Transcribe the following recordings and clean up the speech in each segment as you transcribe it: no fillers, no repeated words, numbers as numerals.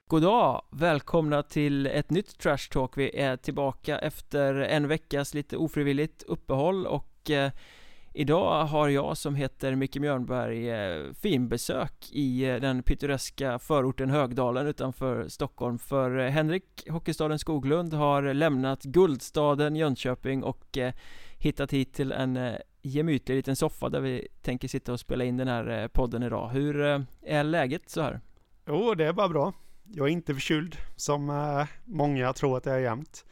God dag, välkomna till ett nytt Trash Talk. Vi är tillbaka efter en veckas lite ofrivilligt uppehåll och idag har jag som heter Micke Mjörnberg finbesök i den pittoreska förorten Högdalen utanför Stockholm. För Henrik Hockeystaden Skoglund har lämnat guldstaden Jönköping och hittat hit till en gemytlig liten soffa där vi tänker sitta och spela in den här podden idag. Hur är läget så här? Jo, det är bara bra. Jag är inte förkyld som många tror att jag är jämt.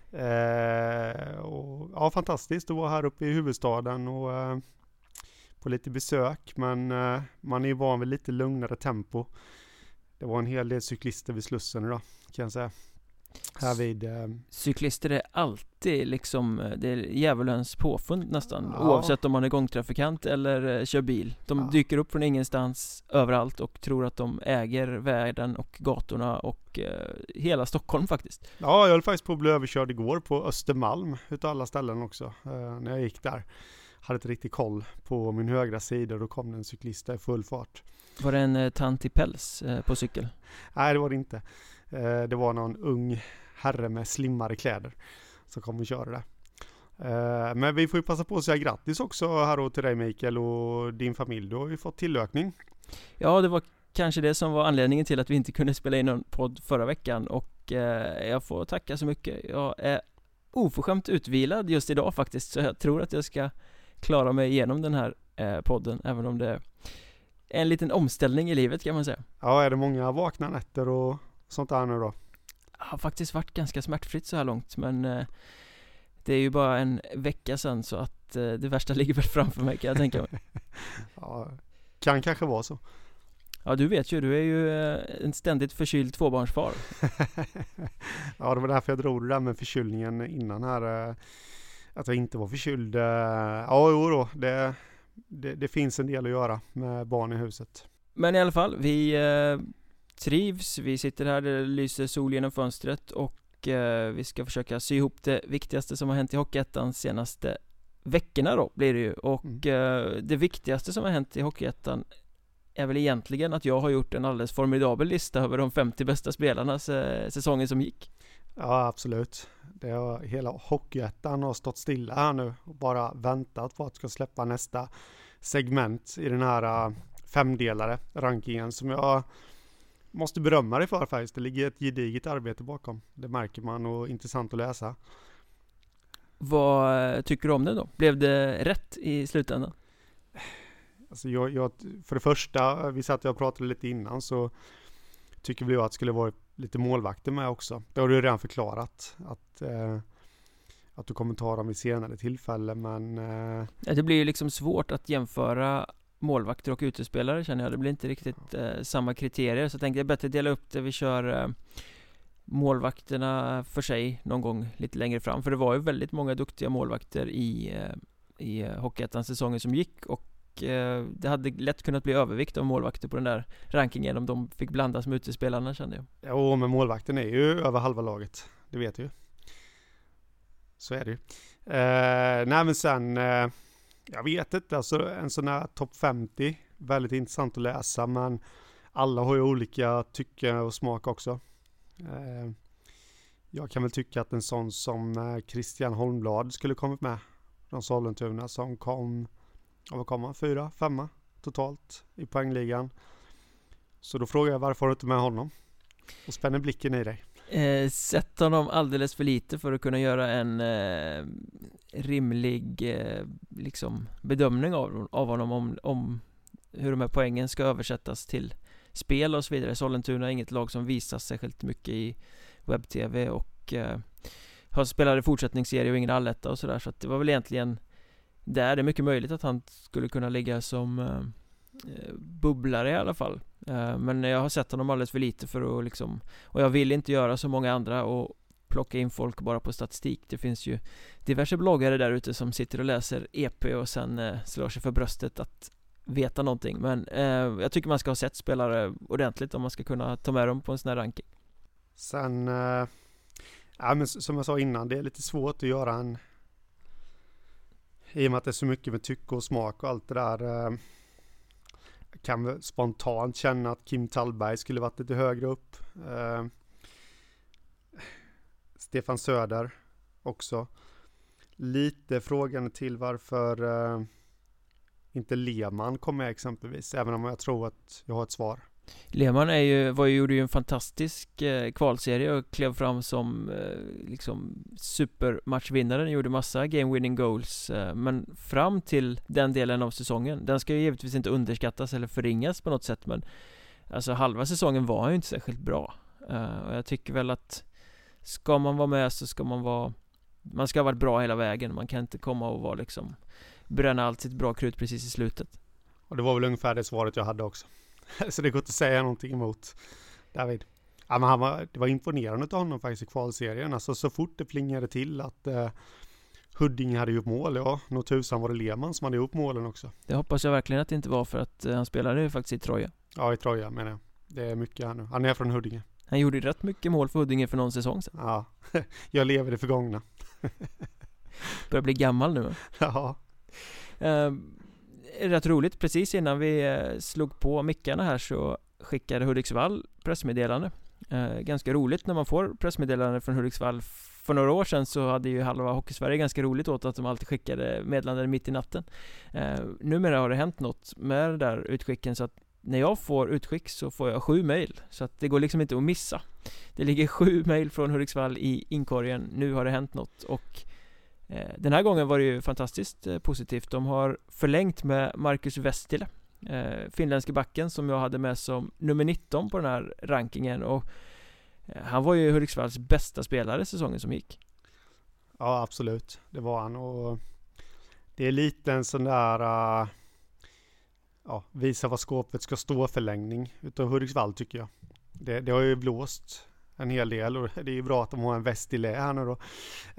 Ja, fantastiskt att vara här uppe i huvudstaden och på lite besök. Men man är ju van vid lite lugnare tempo. Det var en hel del cyklister vid Slussen idag, kan jag säga. Här vid, Cyklister är alltid liksom, det är djävulens påfund nästan, ja. Oavsett om man är gångtrafikant eller kör bil. De dyker upp från ingenstans överallt och tror att de äger världen och gatorna och hela Stockholm faktiskt. Ja, jag höll faktiskt på att bli överkörd igår på Östermalm utav alla ställen också, när jag gick där. Hade inte riktigt koll på min högra sida och då kom det en cyklist i full fart. Var det en tant i päls på cykel? Nej, det var det inte. Det var någon ung herre med slimmare kläder som kom och körde där. Men vi får ju passa på att säga grattis också här då till dig, Mikael, och din familj. Du har ju fått tillökning. Ja, det var kanske det som var anledningen till att vi inte kunde spela in någon podd förra veckan. Och jag får tacka så mycket. Jag är oförskämt utvilad just idag faktiskt. Så jag tror att jag ska klara mig igenom den här podden. Även om det är en liten omställning i livet, kan man säga. Ja, är det många vakna nätter och sånt där nu då? Det har faktiskt varit ganska smärtfritt så här långt. Men det är ju bara en vecka sedan, så att det värsta ligger väl framför mig, kan jag tänka mig. Ja, kan kanske vara så. Ja, du vet ju, du är ju en ständigt förkyld tvåbarnsfar. Ja, det var därför jag drog det där med förkylningen innan här. Att jag inte var förkyld. Ja, jo då. Det finns en del att göra med barn i huset. Men i alla fall, vi trivs. Vi sitter här, det lyser sol genom fönstret. Och vi ska försöka sy ihop det viktigaste som har hänt i Hockeyettan senaste veckorna då, blir det ju. Och det viktigaste som har hänt i Hockeyettan är väl egentligen att jag har gjort en alldeles formidabel lista över de 50 bästa spelarna säsongen som gick. Ja, absolut. Hela Hockeyettan har stått stilla här nu och bara väntat på att ska släppa nästa segment i den här femdelare rankingen som jag måste berömma dig för faktiskt. Det ligger ett gediget arbete bakom. Det märker man och intressant att läsa. Vad tycker du om det då? Blev det rätt i slutändan? Alltså jag för det första, vi satt och pratade lite innan, så tycker vi att det skulle vara lite målvakter med också. Det har du redan förklarat att du kommer ta dem vid senare tillfälle, men det blir ju liksom svårt att jämföra målvakter och utespelare, känner jag. Det blir inte riktigt samma kriterier, så jag tänkte jag bättre dela upp det. Vi kör målvakterna för sig någon gång lite längre fram, för det var ju väldigt många duktiga målvakter i Hockeyettans säsongen som gick, och det hade lätt kunnat bli övervikt av målvakter på den där rankingen om de fick blandas med utespelarna, kände jag. Ja, men målvakten är ju över halva laget, det vet du ju. Så är det ju. Nej, men sen jag vet inte, alltså en sån här topp 50, väldigt intressant att läsa, men alla har ju olika tycke och smak också. Jag kan väl tycka att en sån som Christian Holmblad skulle kommit med från Sollentuna, som kom, vad kom han? 4-5 totalt i poängligan. Så då frågar jag, varför har du inte med honom? Och spänner blicken i dig. Sett honom alldeles för lite för att kunna göra en rimlig liksom bedömning av honom om hur de här poängen ska översättas till spel och så vidare. Sollentuna är inget lag som visas särskilt mycket i webb-tv och har spelat i fortsättningsserie och ingen alletta och sådär, så att det var väl egentligen där det är mycket möjligt att han skulle kunna ligga som bubblare i alla fall. Men jag har sett honom alldeles för lite för att liksom, och jag vill inte göra så många andra och plocka in folk bara på statistik. Det finns ju diverse bloggare där ute som sitter och läser EP och sen slår sig för bröstet att veta någonting. Men jag tycker man ska ha sett spelare ordentligt om man ska kunna ta med dem på en sån här ranking. Sen men som jag sa innan, det är lite svårt att göra en, i och med att det är så mycket med tycke och smak och allt det där. kan väl spontant känna att Kim Tallberg skulle varit lite högre upp. Stefan Söder också. Lite frågan till varför inte Lehmann kom med exempelvis, även om jag tror att jag har ett svar. Lehmann gjorde ju en fantastisk kvalserie och klev fram som liksom supermatchvinnaren, gjorde massa game winning goals, men fram till den delen av säsongen, den ska ju givetvis inte underskattas eller förringas på något sätt, men alltså halva säsongen var ju inte särskilt bra, och jag tycker väl att ska man vara med så ska man ska ha varit bra hela vägen, man kan inte komma och vara liksom bränna allt sitt bra krut precis i slutet. Och det var väl ungefär det svaret jag hade också. Så det går inte att säga någonting emot David. Ja, men det var imponerande av honom faktiskt i kvalserien. Alltså, så fort det plingade till att Huddinge hade gjort mål, ja, nog tusan var det Lehmann som hade gjort målen också. Det hoppas jag verkligen att det inte var, för att han spelade ju faktiskt i Troja. Ja, i Troja menar jag. Det är mycket här nu. Han är från Huddinge. Han gjorde rätt mycket mål för Huddinge för någon säsong sedan. Ja, jag lever det förgångna. Börjar bli gammal nu. Ja. Rätt roligt, precis innan vi slog på mickarna här så skickade Hudiksvall pressmeddelande. Ganska roligt när man får pressmeddelande från Hudiksvall. För några år sedan så hade ju halva Hockeysverige ganska roligt åt att de alltid skickade meddelanden mitt i natten. Numera har det hänt något med det där utskicken, så att när jag får utskick så får jag 7 mejl, så att det går liksom inte att missa. Det ligger 7 mejl från Hudiksvall i inkorgen. Nu har det hänt något, och den här gången var det ju fantastiskt positivt. De har förlängt med Marcus Westilä, finländske backen som jag hade med som nummer 19 på den här rankingen, och han var ju Hudiksvalls bästa spelare säsongen som gick. Ja, absolut. Det var han, och det är lite en sån där visa vad skåpet ska stå förlängning utav Hudiksvall, tycker jag. Det har ju blåst en hel del, och det är ju bra att de har en Westilä här nu då.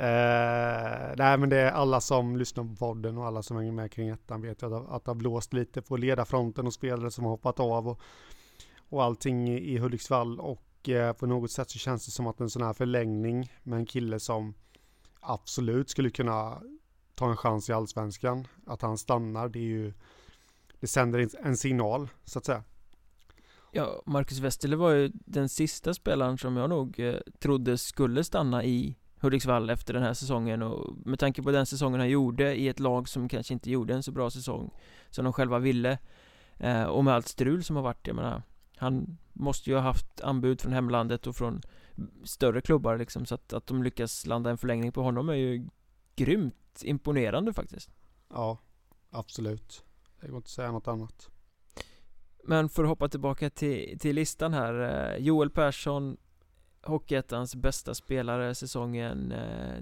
Nej, men det är alla som lyssnar på podden och alla som hänger med kring ettan vet ju att det har blåst lite på ledarfronten och spelare som har hoppat av och allting i Hudiksvall, och på något sätt så känns det som att en sån här förlängning med en kille som absolut skulle kunna ta en chans i Allsvenskan, att han stannar, det sänder en signal så att säga. Ja, Marcus Westilä var ju den sista spelaren som jag nog trodde skulle stanna i Hudiksvall efter den här säsongen, och med tanke på den säsongen han gjorde i ett lag som kanske inte gjorde en så bra säsong som de själva ville, och med allt strul som har varit, jag menar, han måste ju ha haft anbud från hemlandet och från större klubbar liksom, så att de lyckas landa en förlängning på honom är ju grymt imponerande faktiskt. Ja, absolut. Det går inte att säga något annat. Men för att hoppa tillbaka till listan här, Joel Persson, Hockeyettans bästa spelare säsongen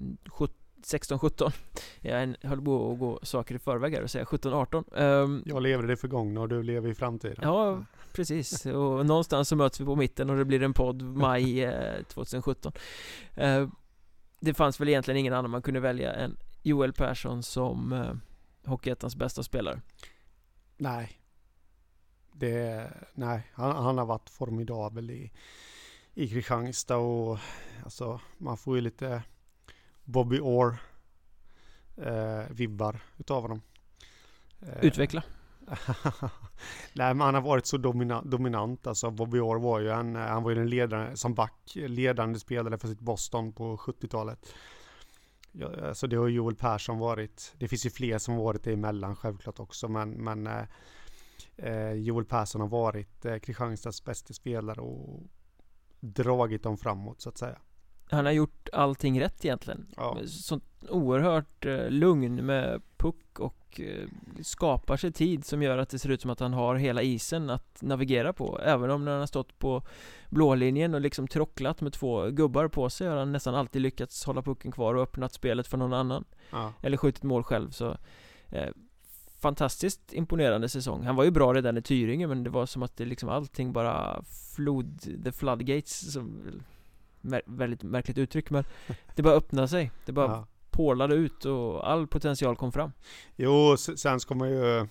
16-17. Jag höll på att gå saker i förväg här och säga 17-18. Jag lever i det förgångna och du lever i framtiden. Ja, precis. Och någonstans så möts vi på mitten och det blir en podd maj 2017. Det fanns väl egentligen ingen annan man kunde välja än Joel Persson som Hockeyettans bästa spelare. Nej. Han har varit formidabel i Kristianstad, och alltså man får ju lite Bobby Orr vibbar utav honom. Utveckla. Nej, men han har varit så dominant. Alltså Bobby Orr var ju han var ju den ledande som ledande spelare för sitt Boston på 70-talet. Ja, alltså det har Joel Persson varit. Det finns ju fler som varit det emellan självklart också, men Joel Persson har varit Kristianstads bästa spelare och dragit dem framåt så att säga. Han har gjort allting rätt egentligen. Ja. Sånt oerhört lugn med puck och skapar sig tid som gör att det ser ut som att han har hela isen att navigera på. Även om när han har stått på blålinjen och liksom trocklat med 2 gubbar på sig har han nästan alltid lyckats hålla pucken kvar och öppnat spelet för någon annan. Ja. Eller skjutit mål själv, så fantastiskt imponerande säsong. Han var ju bra redan i Tyringe, men det var som att det liksom allting bara the floodgates, som väldigt märkligt uttryck, men det bara öppnade sig. Det bara pålade ut och all potential kom fram. Jo, sen ska man ju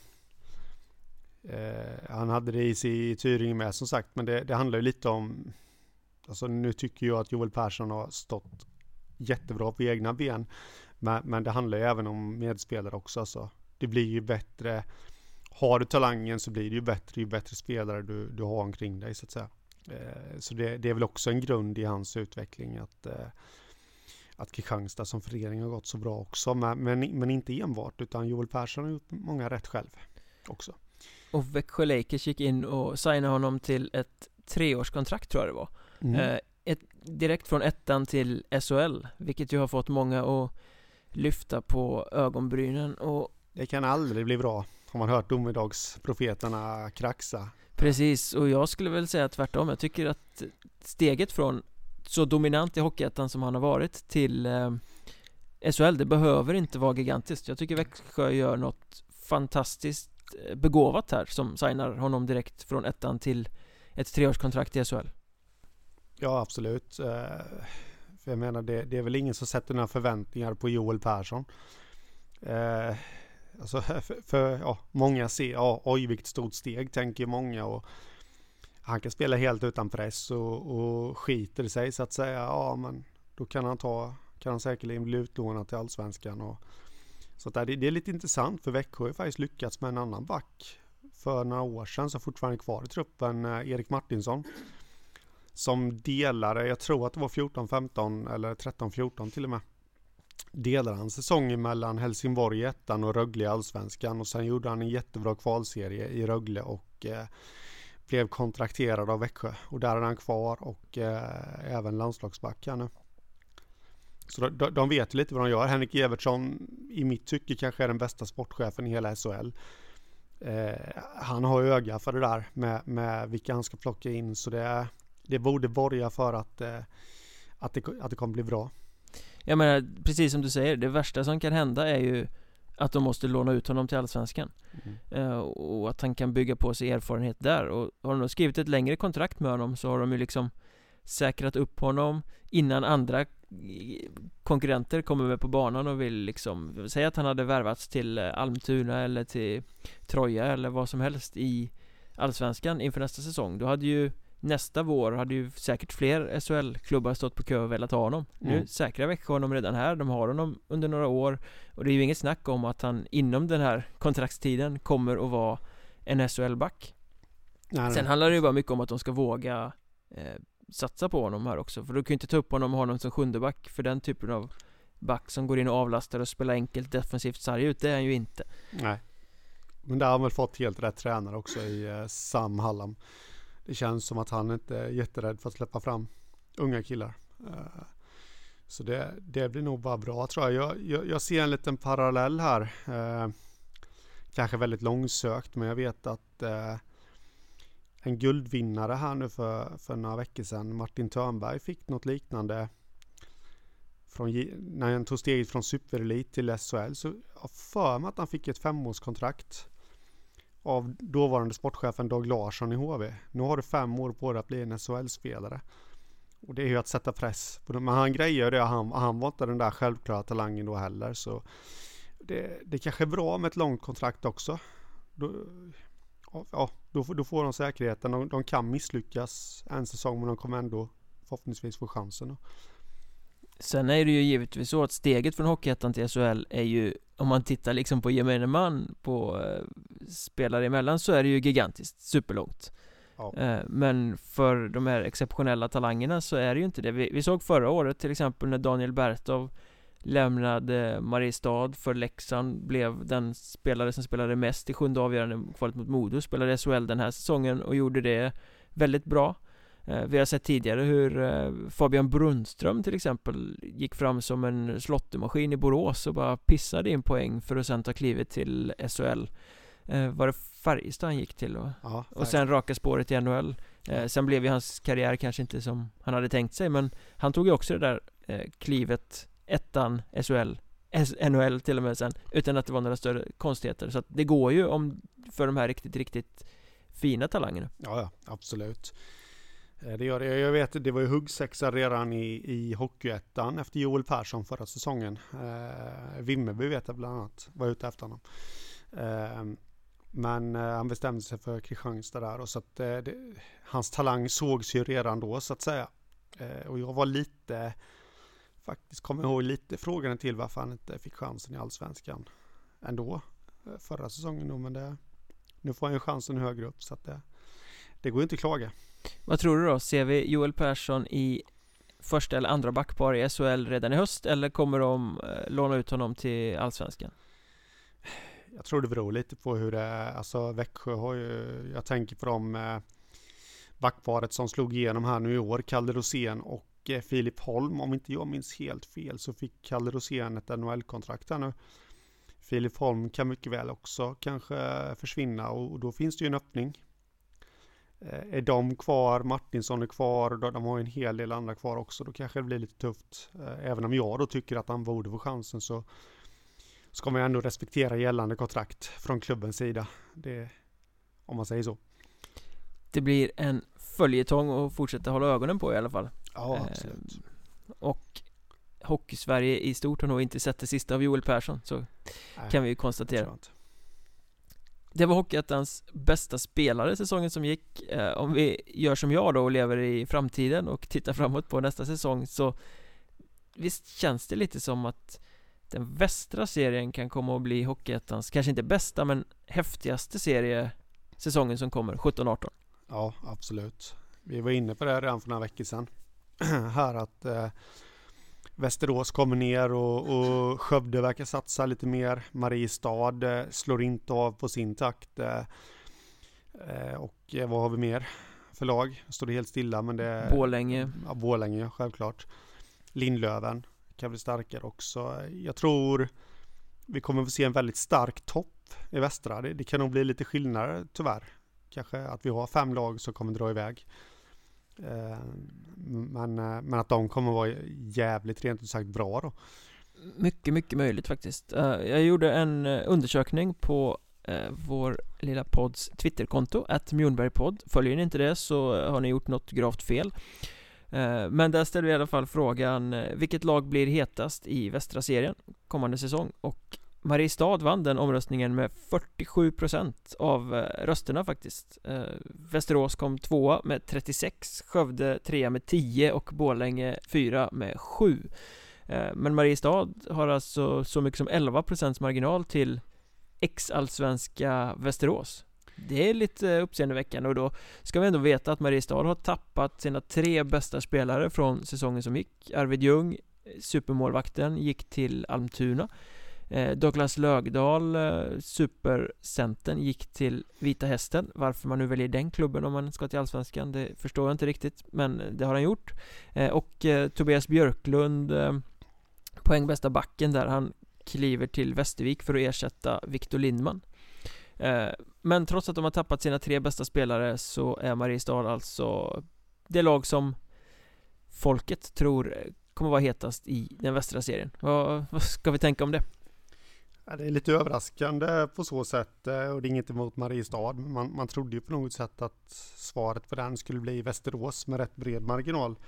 han hade det i sig i Tyringe med som sagt, men det handlar ju lite om, alltså nu tycker jag att Joel Persson har stått jättebra på egna ben, men det handlar ju även om medspelare också, alltså. Det blir ju bättre. har du talangen så blir det ju bättre spelare du har omkring dig så att säga. Så det är väl också en grund i hans utveckling att Kristianstad som förening har gått så bra också. Men inte enbart, utan Joel Persson har gjort många rätt själv också. Och Växjö Lakers gick in och signade honom till ett 3-årskontrakt tror jag det var. Direkt från ettan till SHL, vilket ju har fått många att lyfta på ögonbrynen. Och det kan aldrig bli bra, har man hört domedagsprofeterna kraxa. Precis, och jag skulle väl säga tvärtom. Jag tycker att steget från så dominant i Hockeyettan som han har varit till SHL, det behöver inte vara gigantiskt. Jag tycker Växjö gör något fantastiskt begåvat här som signar honom direkt från ettan till ett 3-årskontrakt i SHL. Ja, absolut. För jag menar, det är väl ingen som sätter några förväntningar på Joel Persson. Alltså för många ser, oj vilket stort steg, tänker många, och han kan spela helt utan press och skiter sig så att säga. Ja, men då kan han säkerligen bli utlånad till Allsvenskan. Och så att det är lite intressant, för Växjö har ju faktiskt lyckats med en annan back för några år sedan som fortfarande är kvar i truppen, Erik Martinsson, som delade, jag tror att det var 14-15 eller 13-14 till och med, delade han säsongen mellan Helsingborg i ettan och Rögle i Allsvenskan, och sen gjorde han en jättebra kvalserie i Rögle och blev kontrakterad av Växjö, och där är han kvar och även landslagsback här nu. Så de vet lite vad de gör. Henrik Evertsson i mitt tycke kanske är den bästa sportchefen i hela SHL. Han har öga för det där med vilka han ska plocka in, så det borde borga för att det kommer bli bra. Jag menar, precis som du säger, det värsta som kan hända är ju att de måste låna ut honom till Allsvenskan. Och att han kan bygga på sig erfarenhet där. Och har de skrivit ett längre kontrakt med honom så har de ju liksom säkrat upp honom innan andra konkurrenter kommer med på banan och vill liksom säga att han hade värvats till Almtuna eller till Troja eller vad som helst i Allsvenskan inför nästa säsong. Då hade ju nästa vår hade ju säkert fler SHL-klubbar stått på kö och velat ha honom. Nu säkrar Växjö honom redan här. De har honom under några år. Och det är ju inget snack om att han inom den här kontraktstiden kommer att vara en SHL-back. Sen handlar det ju bara mycket om att de ska våga satsa på honom här också. För du kan ju inte ta upp honom och ha honom som sjunde back. För den typen av back som går in och avlastar och spelar enkelt defensivt sarg ut, det är han ju inte. Nej. Men där har han väl fått helt rätt tränare också i Sam Hallam. Det känns som att han inte är jätterädd för att släppa fram unga killar. Så det blir nog bara bra, tror jag. Jag ser en liten parallell här. Kanske väldigt långsökt, men jag vet att en guldvinnare här nu för några veckor sedan, Martin Törnberg, fick något liknande när han tog steget från superelit till SHL. Så jag för mig att han fick ett 5-årskontrakt av dåvarande sportchefen Dag Larsson i HV. Nu har du 5 år på dig att bli en SHL-spelare. Och det är ju att sätta press på dem. Men han grejer det, han var inte den där självklara talangen då heller. Så det kanske är bra med ett långt kontrakt också. Då får de säkerheten. De kan misslyckas en säsong, men de kommer ändå förhoppningsvis få chansen. Sen är det ju givetvis så att steget från Hockeyettan till SHL är ju, om man tittar liksom på gemene man på spelare emellan, så är det ju gigantiskt, superlångt. Ja. Men för de här exceptionella talangerna så är det ju inte det. Vi såg förra året till exempel när Daniel Bertov lämnade Mariestad för Leksand, blev den spelare som spelade mest i 7:e avgörande kvalet mot Modo, spelade SHL den här säsongen och gjorde det väldigt bra. Vi har sett tidigare hur Fabian Brunström till exempel gick fram som en slottemaskin i Borås och bara pissade in poäng för att sen ta klivet till SHL. Var det Färjestad han gick till? Och sen raka spåret i NHL. Sen blev ju hans karriär kanske inte som han hade tänkt sig, men han tog ju också det där klivet, ettan, SHL, NHL till och med sen, utan att det var några större konstigheter. Så att det går ju för de här riktigt, riktigt fina talangerna. Ja, absolut. Det gör det. Jag vet, det var ju huggsexa redan i Hockeyettan efter Joel Persson förra säsongen. Vimmerby vet jag bland annat var ute efter honom. Men han bestämde sig för Kristianstad där, och så att hans talang sågs ju redan då så att säga. Och jag var kommer ihåg lite frågan till varför han inte fick chansen i Allsvenskan ändå förra säsongen då, men nu får han chansen högre upp, så att det går inte att klaga. Vad tror du då? Ser vi Joel Persson i första eller andra backpar i SHL redan i höst, eller kommer de låna ut honom till Allsvenskan? Jag tror det beror lite på hur det är. Alltså Växjö har ju, jag tänker på dem backparet som slog igenom här nu i år, Kalle Rosén och Filip Holm. Om inte jag minns helt fel så fick Kalle Rosén ett NHL-kontrakt här nu. Filip Holm kan mycket väl också kanske försvinna, och då finns det ju en öppning. Är de kvar, Martinsson är kvar, de har en hel del andra kvar också, då kanske det blir lite tufft. Även om jag då tycker att han borde få chansen, så ska man ändå respektera gällande kontrakt från klubbens sida. Det, om man säger så. Det blir en följetong att fortsätta hålla ögonen på i alla fall. Ja, absolut. Och Hockey-Sverige i stort har nog inte sett det sista av Joel Persson, så kan vi ju konstatera. Det var Hockeyettans bästa spelare säsongen som gick. Om vi gör som jag då och lever i framtiden och tittar framåt på nästa säsong, så visst känns det lite som att den västra serien kan komma att bli Hockeyettans, kanske inte bästa, men häftigaste serie säsongen som kommer, 17-18. Ja, absolut. Vi var inne på det redan för några veckor sedan. Här att Västerås kommer ner och Skövde verkar satsa lite mer. Mariestad slår inte av på sin takt. Och vad har vi mer för lag? Står det helt stilla, men det Borlänge. Ja, Borlänge, självklart. Lindlöven kan bli starkare också. Jag tror vi kommer att se en väldigt stark topp i västra. Det kan nog bli lite skillnader tyvärr. Kanske att vi har 5 lag som kommer dra iväg. Men att de kommer vara jävligt rent ut sagt bra då. Mycket, mycket möjligt faktiskt. Jag gjorde en undersökning på vår lilla podds Twitterkonto @Mjornbergpodd. Följer ni inte det så har ni gjort något gravt fel. Men där ställde vi i alla fall frågan: vilket lag blir hetast i västra serien kommande säsong? Och Mariestad vann den omröstningen med 47% av rösterna faktiskt. Västerås kom 2 med 36, Skövde 3 med 10 och Borlänge 4 med 7. Men Mariestad har alltså så mycket som 11% marginal till ex-allsvenska Västerås. Det är lite uppseendeväckande, och då ska vi ändå veta att Mariestad har tappat sina 3 bästa spelare från säsongen som gick. Arvid Ljung, supermålvakten, gick till Almtuna. Douglas Lögdahl, supercentern, gick till Vita Hästen. Varför man nu väljer den klubben om man ska till Allsvenskan, det förstår jag inte riktigt, men det har han gjort. Och Tobias Björklund, poängbästa backen där, han kliver till Västervik för att ersätta Victor Lindman. Men trots att de har tappat sina 3 bästa spelare så är Mariestad alltså det lag som folket tror kommer vara hetast i den västra serien. Vad ska vi tänka om det? Ja, det är lite överraskande på så sätt, och det är inget emot Mariestad. Man trodde ju på något sätt att svaret på den skulle bli Västerås med rätt bred marginal.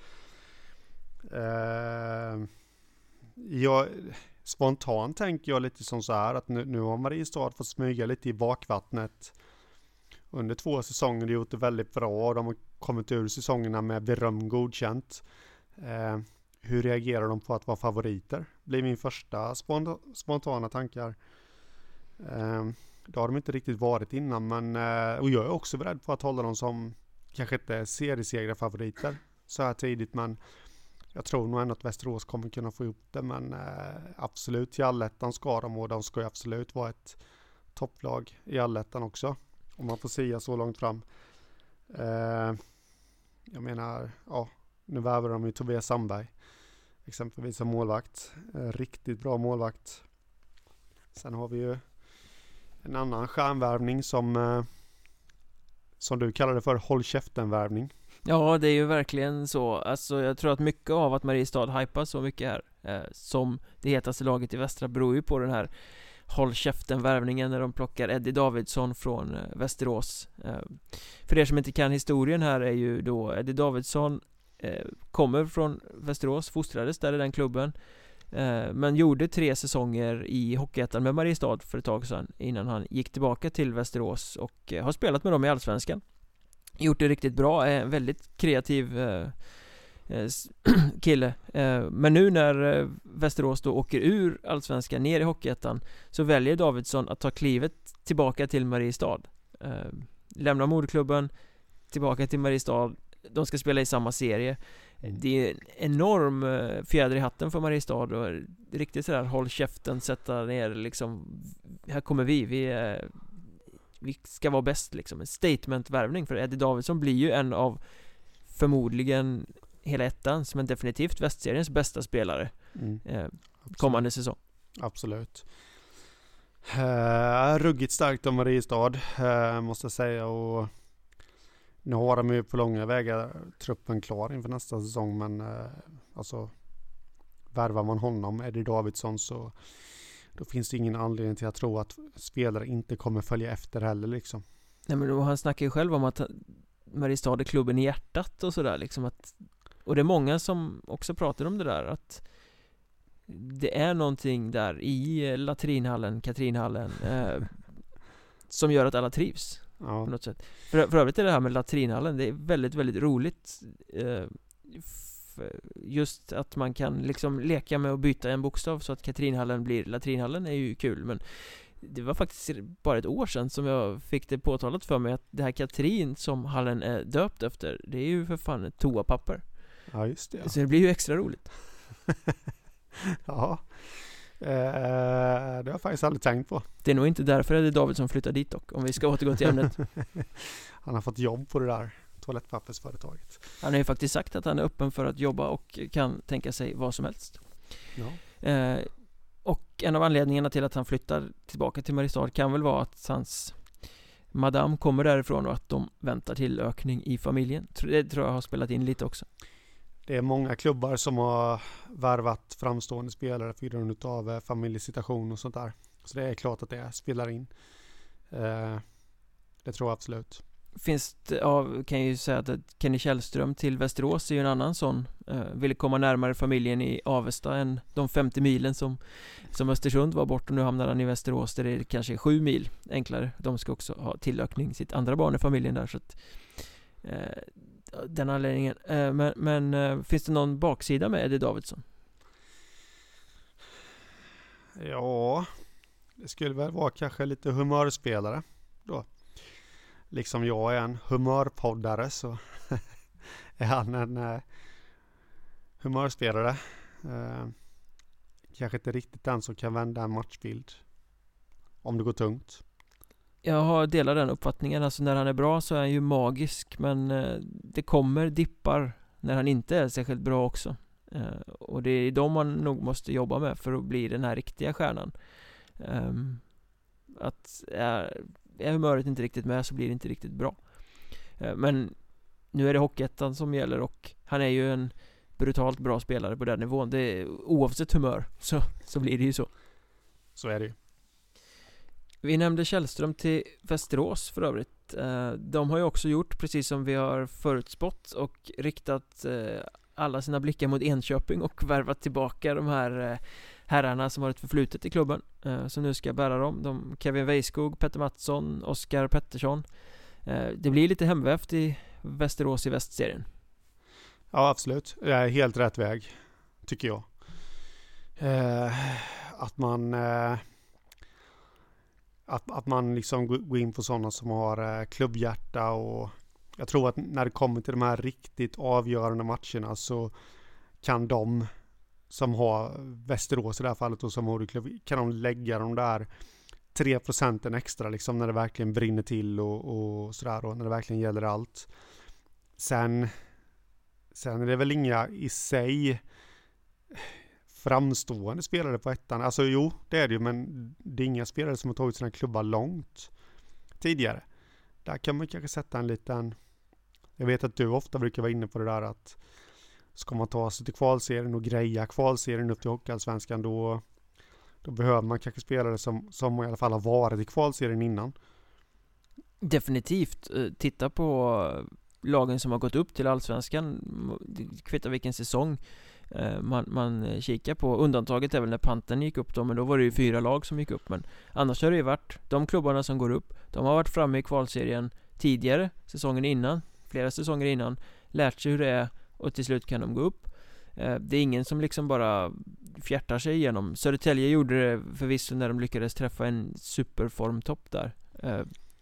Spontant tänker jag lite som så här att nu har Mariestad fått smyga lite i bakvattnet under 2 säsonger. De har gjort det väldigt bra. De har kommit ur säsongerna med beröm godkänt. Hur reagerar de på att vara favoriter? Blir min första spontana tankar. Det har de inte riktigt varit innan, men och jag är också beredd på att hålla dem som kanske inte seriesegrarfavoriter så här tidigt, men jag tror nog ändå att Västerås kommer kunna få ihop det, men absolut i allettan ska de, och de ska ju absolut vara ett topplag i allettan också, om man får säga så långt fram. Jag menar, ja, nu värvar de ju Tobias Sandberg exempelvis som målvakt. Riktigt bra målvakt. Sen har vi ju en annan stjärnvärvning som du kallar det för håll käften-värvning. Ja, det är ju verkligen så. Alltså, jag tror att mycket av att Mariestad hypar så mycket här som det hetaste laget i västra beror ju på den här håll käften-värvningen när de plockar Eddie Davidsson från Västerås. För er som inte kan historien här är ju då Eddie Davidsson kommer från Västerås, fostrades där i den klubben, men gjorde 3 säsonger i Hockeyettan med Mariestad för ett tag sedan innan han gick tillbaka till Västerås och har spelat med dem i Allsvenskan. Gjort det riktigt bra, är en väldigt kreativ kille. Men nu när Västerås då åker ur Allsvenskan ner i Hockeyettan så väljer Davidsson att ta klivet tillbaka till Mariestad. Lämnar moderklubben, tillbaka till Mariestad. De ska spela i samma serie. Det är en enorm fjäder i hatten för Mariestad och riktigt sådär håll käften, sätta ner liksom, här kommer vi ska vara bäst liksom, en statement-värvning, för Eddie Davidsson blir ju en av förmodligen hela ettans, men definitivt västseriens bästa spelare kommande säsong. Absolut. Ruggigt starkt av Mariestad, måste jag säga, och nu har de ju på långa vägar truppen klar inför nästa säsong, men alltså värvar man honom, Eddie Davidsson, så då finns det ingen anledning till att tro att spelare inte kommer följa efter heller liksom. Nej, men då, han snackar ju själv om att Mariestad är klubben i hjärtat och sådär liksom, att, och det är många som också pratar om det där, att det är någonting där i latrinhallen, Katrinhallen som gör att alla trivs på något sätt. För övrigt är det här med latrinhallen, det är väldigt, väldigt roligt, just att man kan liksom leka med att byta en bokstav så att Katrinhallen blir latrinhallen är ju kul, men det var faktiskt bara ett år sedan som jag fick det påtalat för mig att det här Katrin som hallen är döpt efter, det är ju för fan ett toapapper. Ja, just det. Ja. Så det blir ju extra roligt. Ja, det har jag faktiskt aldrig tänkt på. Det är nog inte därför Eddie Davidsson flyttar dit dock, om vi ska återgå till ämnet. Han har fått jobb på det där toalettpappersföretaget. Han har ju faktiskt sagt att han är öppen för att jobba och kan tänka sig vad som helst. Ja. Och en av anledningarna till att han flyttar tillbaka till Mariestad kan väl vara att hans madame kommer därifrån och att de väntar till ökning i familjen. Det tror jag har spelat in lite också. Det är många klubbar som har värvat framstående spelare för grund av familjesituation och sånt där. Så det är klart att det spelar in. Det tror jag absolut. Finns det, ja, kan jag ju säga att Kenny Källström till Västerås är ju en annan sån. Ville komma närmare familjen i Avesta än de 50 milen som Östersund var bort, och nu hamnar han i Västerås där det kanske är 7 mil enklare. De ska också ha tillökning sitt andra barn i familjen där, så att den anledningen. Men finns det någon baksida med Eddie Davidsson? Ja, det skulle väl vara kanske lite humörspelare då. Liksom jag är en humörpoddare, så är han en humörspelare. Kanske inte riktigt den som kan vända en matchbild om det går tungt. Jag delar den uppfattningen. Alltså när han är bra så är han ju magisk, men det kommer dippar när han inte är särskilt bra också. Och det är de man nog måste jobba med för att bli den här riktiga stjärnan. Att är humöret inte riktigt med så blir det inte riktigt bra. Men nu är det Hockeyettan som gäller, och han är ju en brutalt bra spelare på den nivån. Det är, oavsett humör så blir det ju så. Så är det ju. Vi nämnde Källström till Västerås för övrigt. De har ju också gjort precis som vi har förutspått och riktat alla sina blickar mot Enköping och värvat tillbaka de här herrarna som har ett förflutet i klubben, som nu ska bära dem. Kevin Weiskog, Petter Mattsson, Oskar Pettersson. Det blir lite hemvävt i Västerås i västserien. Ja, absolut. Det är helt rätt väg, tycker jag. Att man liksom går in på sådana som har klubbhjärta, och jag tror att när det kommer till de här riktigt avgörande matcherna så kan de som har Västerås i det här fallet och som moderklubb, kan de lägga de där 3% extra liksom när det verkligen brinner till och sådär, och när det verkligen gäller allt. Sen är det väl inga i sig framstående spelare på ettan. Alltså jo, det är det ju, men det är inga spelare som har tagit sina klubbar långt tidigare. Där kan man kanske sätta en liten... Jag vet att du ofta brukar vara inne på det där att ska man ta sig till kvalserien och greja kvalserien upp till Hockeyallsvenskan, då behöver man kanske spelare som i alla fall har varit i kvalserien innan. Definitivt. Titta på lagen som har gått upp till Allsvenskan. Kvittar vilken säsong man kikar på. Undantaget är väl när Panten gick upp då, men då var det ju 4 lag som gick upp. Men annars har det ju varit de klubbarna som går upp. De har varit framme i kvalserien tidigare, säsongen innan, flera säsonger innan, lärt sig hur det är, och till slut kan de gå upp. Det är ingen som liksom bara fjärtar sig igenom. Södertälje gjorde det förvisso när de lyckades träffa en superformtopp där.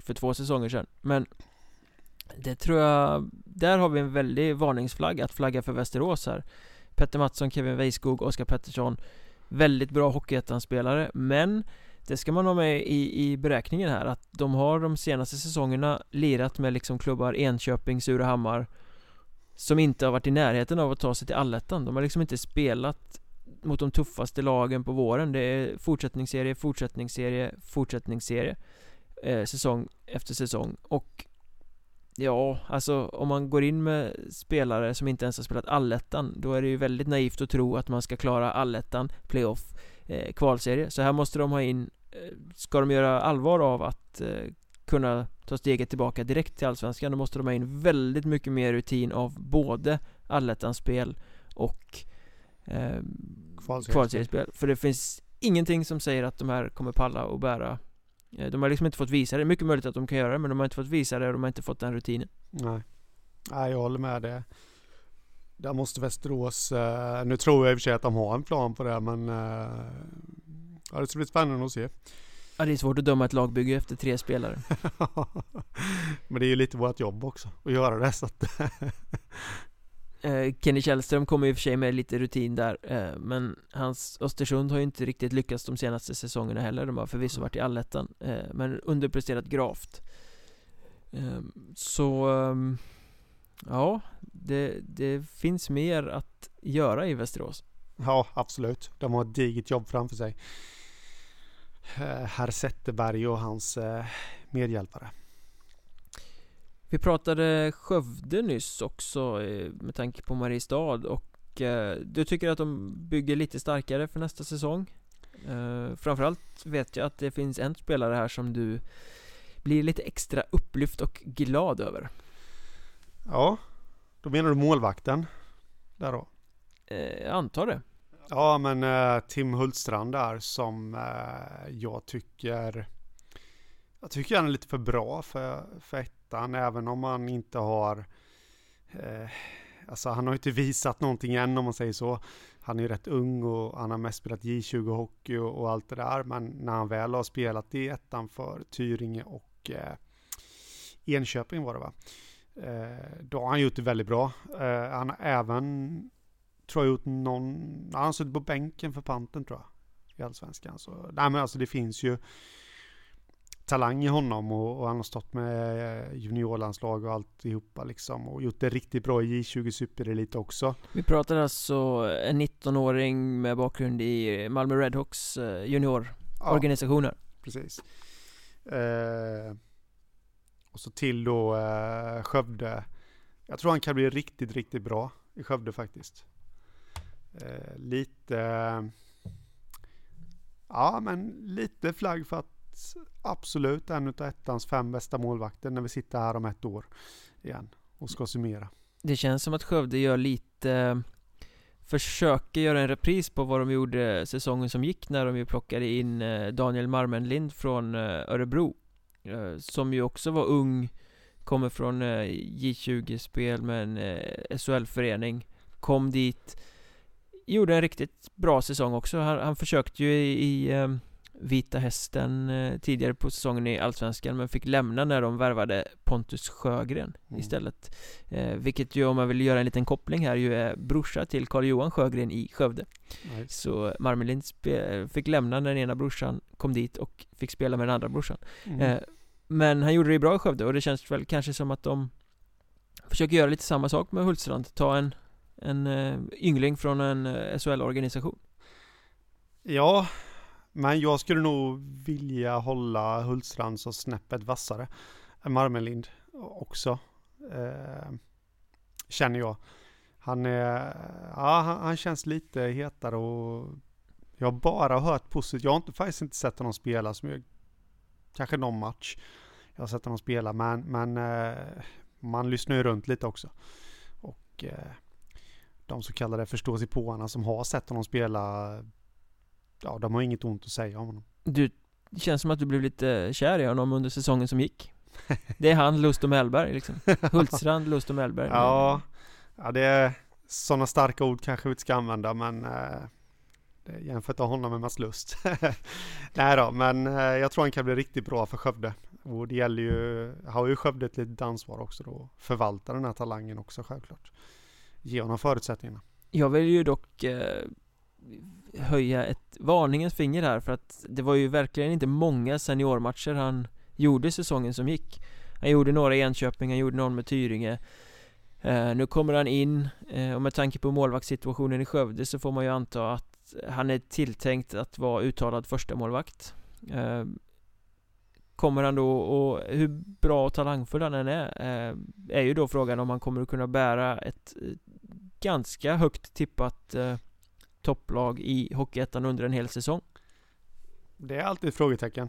för 2 säsonger sedan. Men det tror jag, där har vi en väldig varningsflagg att flagga för Västerås här. Petter Mattsson, Kevin Weiskog, Oskar Pettersson, väldigt bra hockeyettan-spelare, men det ska man ha med i beräkningen här, att de har de senaste säsongerna lirat med liksom klubbar Enköping, Surahammar, som inte har varit i närheten av att ta sig till allettan. De har liksom inte spelat mot de tuffaste lagen på våren. Det är fortsättningsserie säsong efter säsong. Och ja, alltså om man går in med spelare som inte ens har spelat allettan, då är det ju väldigt naivt att tro att man ska klara allettan, playoff, kvalserie. Så här måste de ha in, ska de göra allvar av att kunna ta steget tillbaka direkt till allsvenskan, då måste de ha in väldigt mycket mer rutin av både allettans spel och kvalseriespel. För det finns ingenting som säger att de här kommer palla och bära. De har liksom inte fått visa det. Mycket möjligt att de kan göra det, men de har inte fått visa det och de har inte fått den rutinen. Nej, jag håller med det. Där måste Västerås, nu tror jag i och för sig att de har en plan på det, men ja, det ska bli spännande att se. Ja, det är svårt att döma ett lagbygge efter 3 spelare. Men det är ju lite vårt jobb också att göra det, så att Kenny Källström kommer i och för sig med lite rutin där, men hans Östersund har ju inte riktigt lyckats de senaste säsongerna heller. De har förvisso varit i allettan, men underpresterat gravt. Så ja, det finns mer att göra i Västerås. Ja, absolut. De har ett digert jobb framför sig. Herr Zetterberg och hans medhjälpare. Vi pratade Skövde nyss också med tanke på Mariestad, och du tycker att de bygger lite starkare för nästa säsong. Framförallt vet jag att det finns en spelare här som du blir lite extra upplyft och glad över. Ja, då menar du målvakten där då? Jag antar det. Ja, men Tim Hultstrand där som jag tycker han är lite för bra för ettan, även om han inte har alltså han har inte visat någonting än, om man säger så. Han är ju rätt ung och han har mest spelat J20 hockey och allt det där, men när han väl har spelat i ettan för Tyringe och Enköping var det, va? Då har han gjort det väldigt bra. Han har även, tror jag, gjort han har suttit på bänken för Panten, tror jag, i Allsvenskan. Så nej, men alltså det finns ju talang i honom, och han har stått med juniorlandslag och alltihopa liksom, och gjort det riktigt bra i J20 Superelit också. Vi pratar alltså en 19-åring med bakgrund i Malmö Redhawks juniororganisationer. Ja, precis. Och så till då Skövde. Jag tror han kan bli riktigt, riktigt bra i Skövde faktiskt. Lite flagg för att absolut en av ettans 5 bästa målvakter när vi sitter här om ett år igen och ska summera. Det känns som att Skövde gör lite, försöker göra en repris på vad de gjorde säsongen som gick, när de ju plockade in Daniel Marmenlind från Örebro, som ju också var ung, kommer från J20-spel med en SHL-förening, kom dit, gjorde en riktigt bra säsong också. Han försökte ju i Vita Hästen tidigare på säsongen i Allsvenskan, men fick lämna när de värvade Pontus Sjögren istället. Vilket ju, om man vill göra en liten koppling här, ju är brorsa till Carl-Johan Sjögren i Skövde. Nice. Så Marmelind fick lämna när den ena brorsan kom dit och fick spela med den andra brorsan. Men han gjorde det bra i Skövde, och det känns väl kanske som att de försöker göra lite samma sak med Hultstrand. Ta en yngling från en SHL-organisation. Ja, men jag skulle nog vilja hålla Hultstrand så snäppet vassare än Marmelind också, känner jag. Han känns lite hetare, och jag har bara hört positivt. Jag har faktiskt inte sett honom spela, kanske någon match jag har sett honom spela, men man lyssnar ju runt lite också, och de så kallade förståsigpåarna som har sett honom spela, ja, de har inget ont att säga om honom. Det känns som att du blev lite kär i honom under säsongen som gick. Det är han, Lust och Mellberg liksom. Hultstrand, Lust och Mellberg. Ja, det är sådana starka ord kanske vi inte ska använda, men jämfört med honom med Mats Lust. Nej då, men jag tror han kan bli riktigt bra för Skövde Och det gäller ju, har ju Skövde ett litet ansvar också då, förvalta den här talangen också självklart. Ge honom förutsättningarna. Jag vill ju dock höja ett varningens finger här, för att det var ju verkligen inte många seniormatcher han gjorde säsongen som gick. Han gjorde några i Enköping, han gjorde någon med Tyringe. Nu kommer han in, och med tanke på målvaktssituationen i Skövde så får man ju anta att han är tilltänkt att vara uttalad första målvakt. Kommer han då, och hur bra och talangfull han än är ju då frågan om han kommer att kunna bära ett ganska högt tippat topplag i Hockeyettan under en hel säsong. Det är alltid ett frågetecken.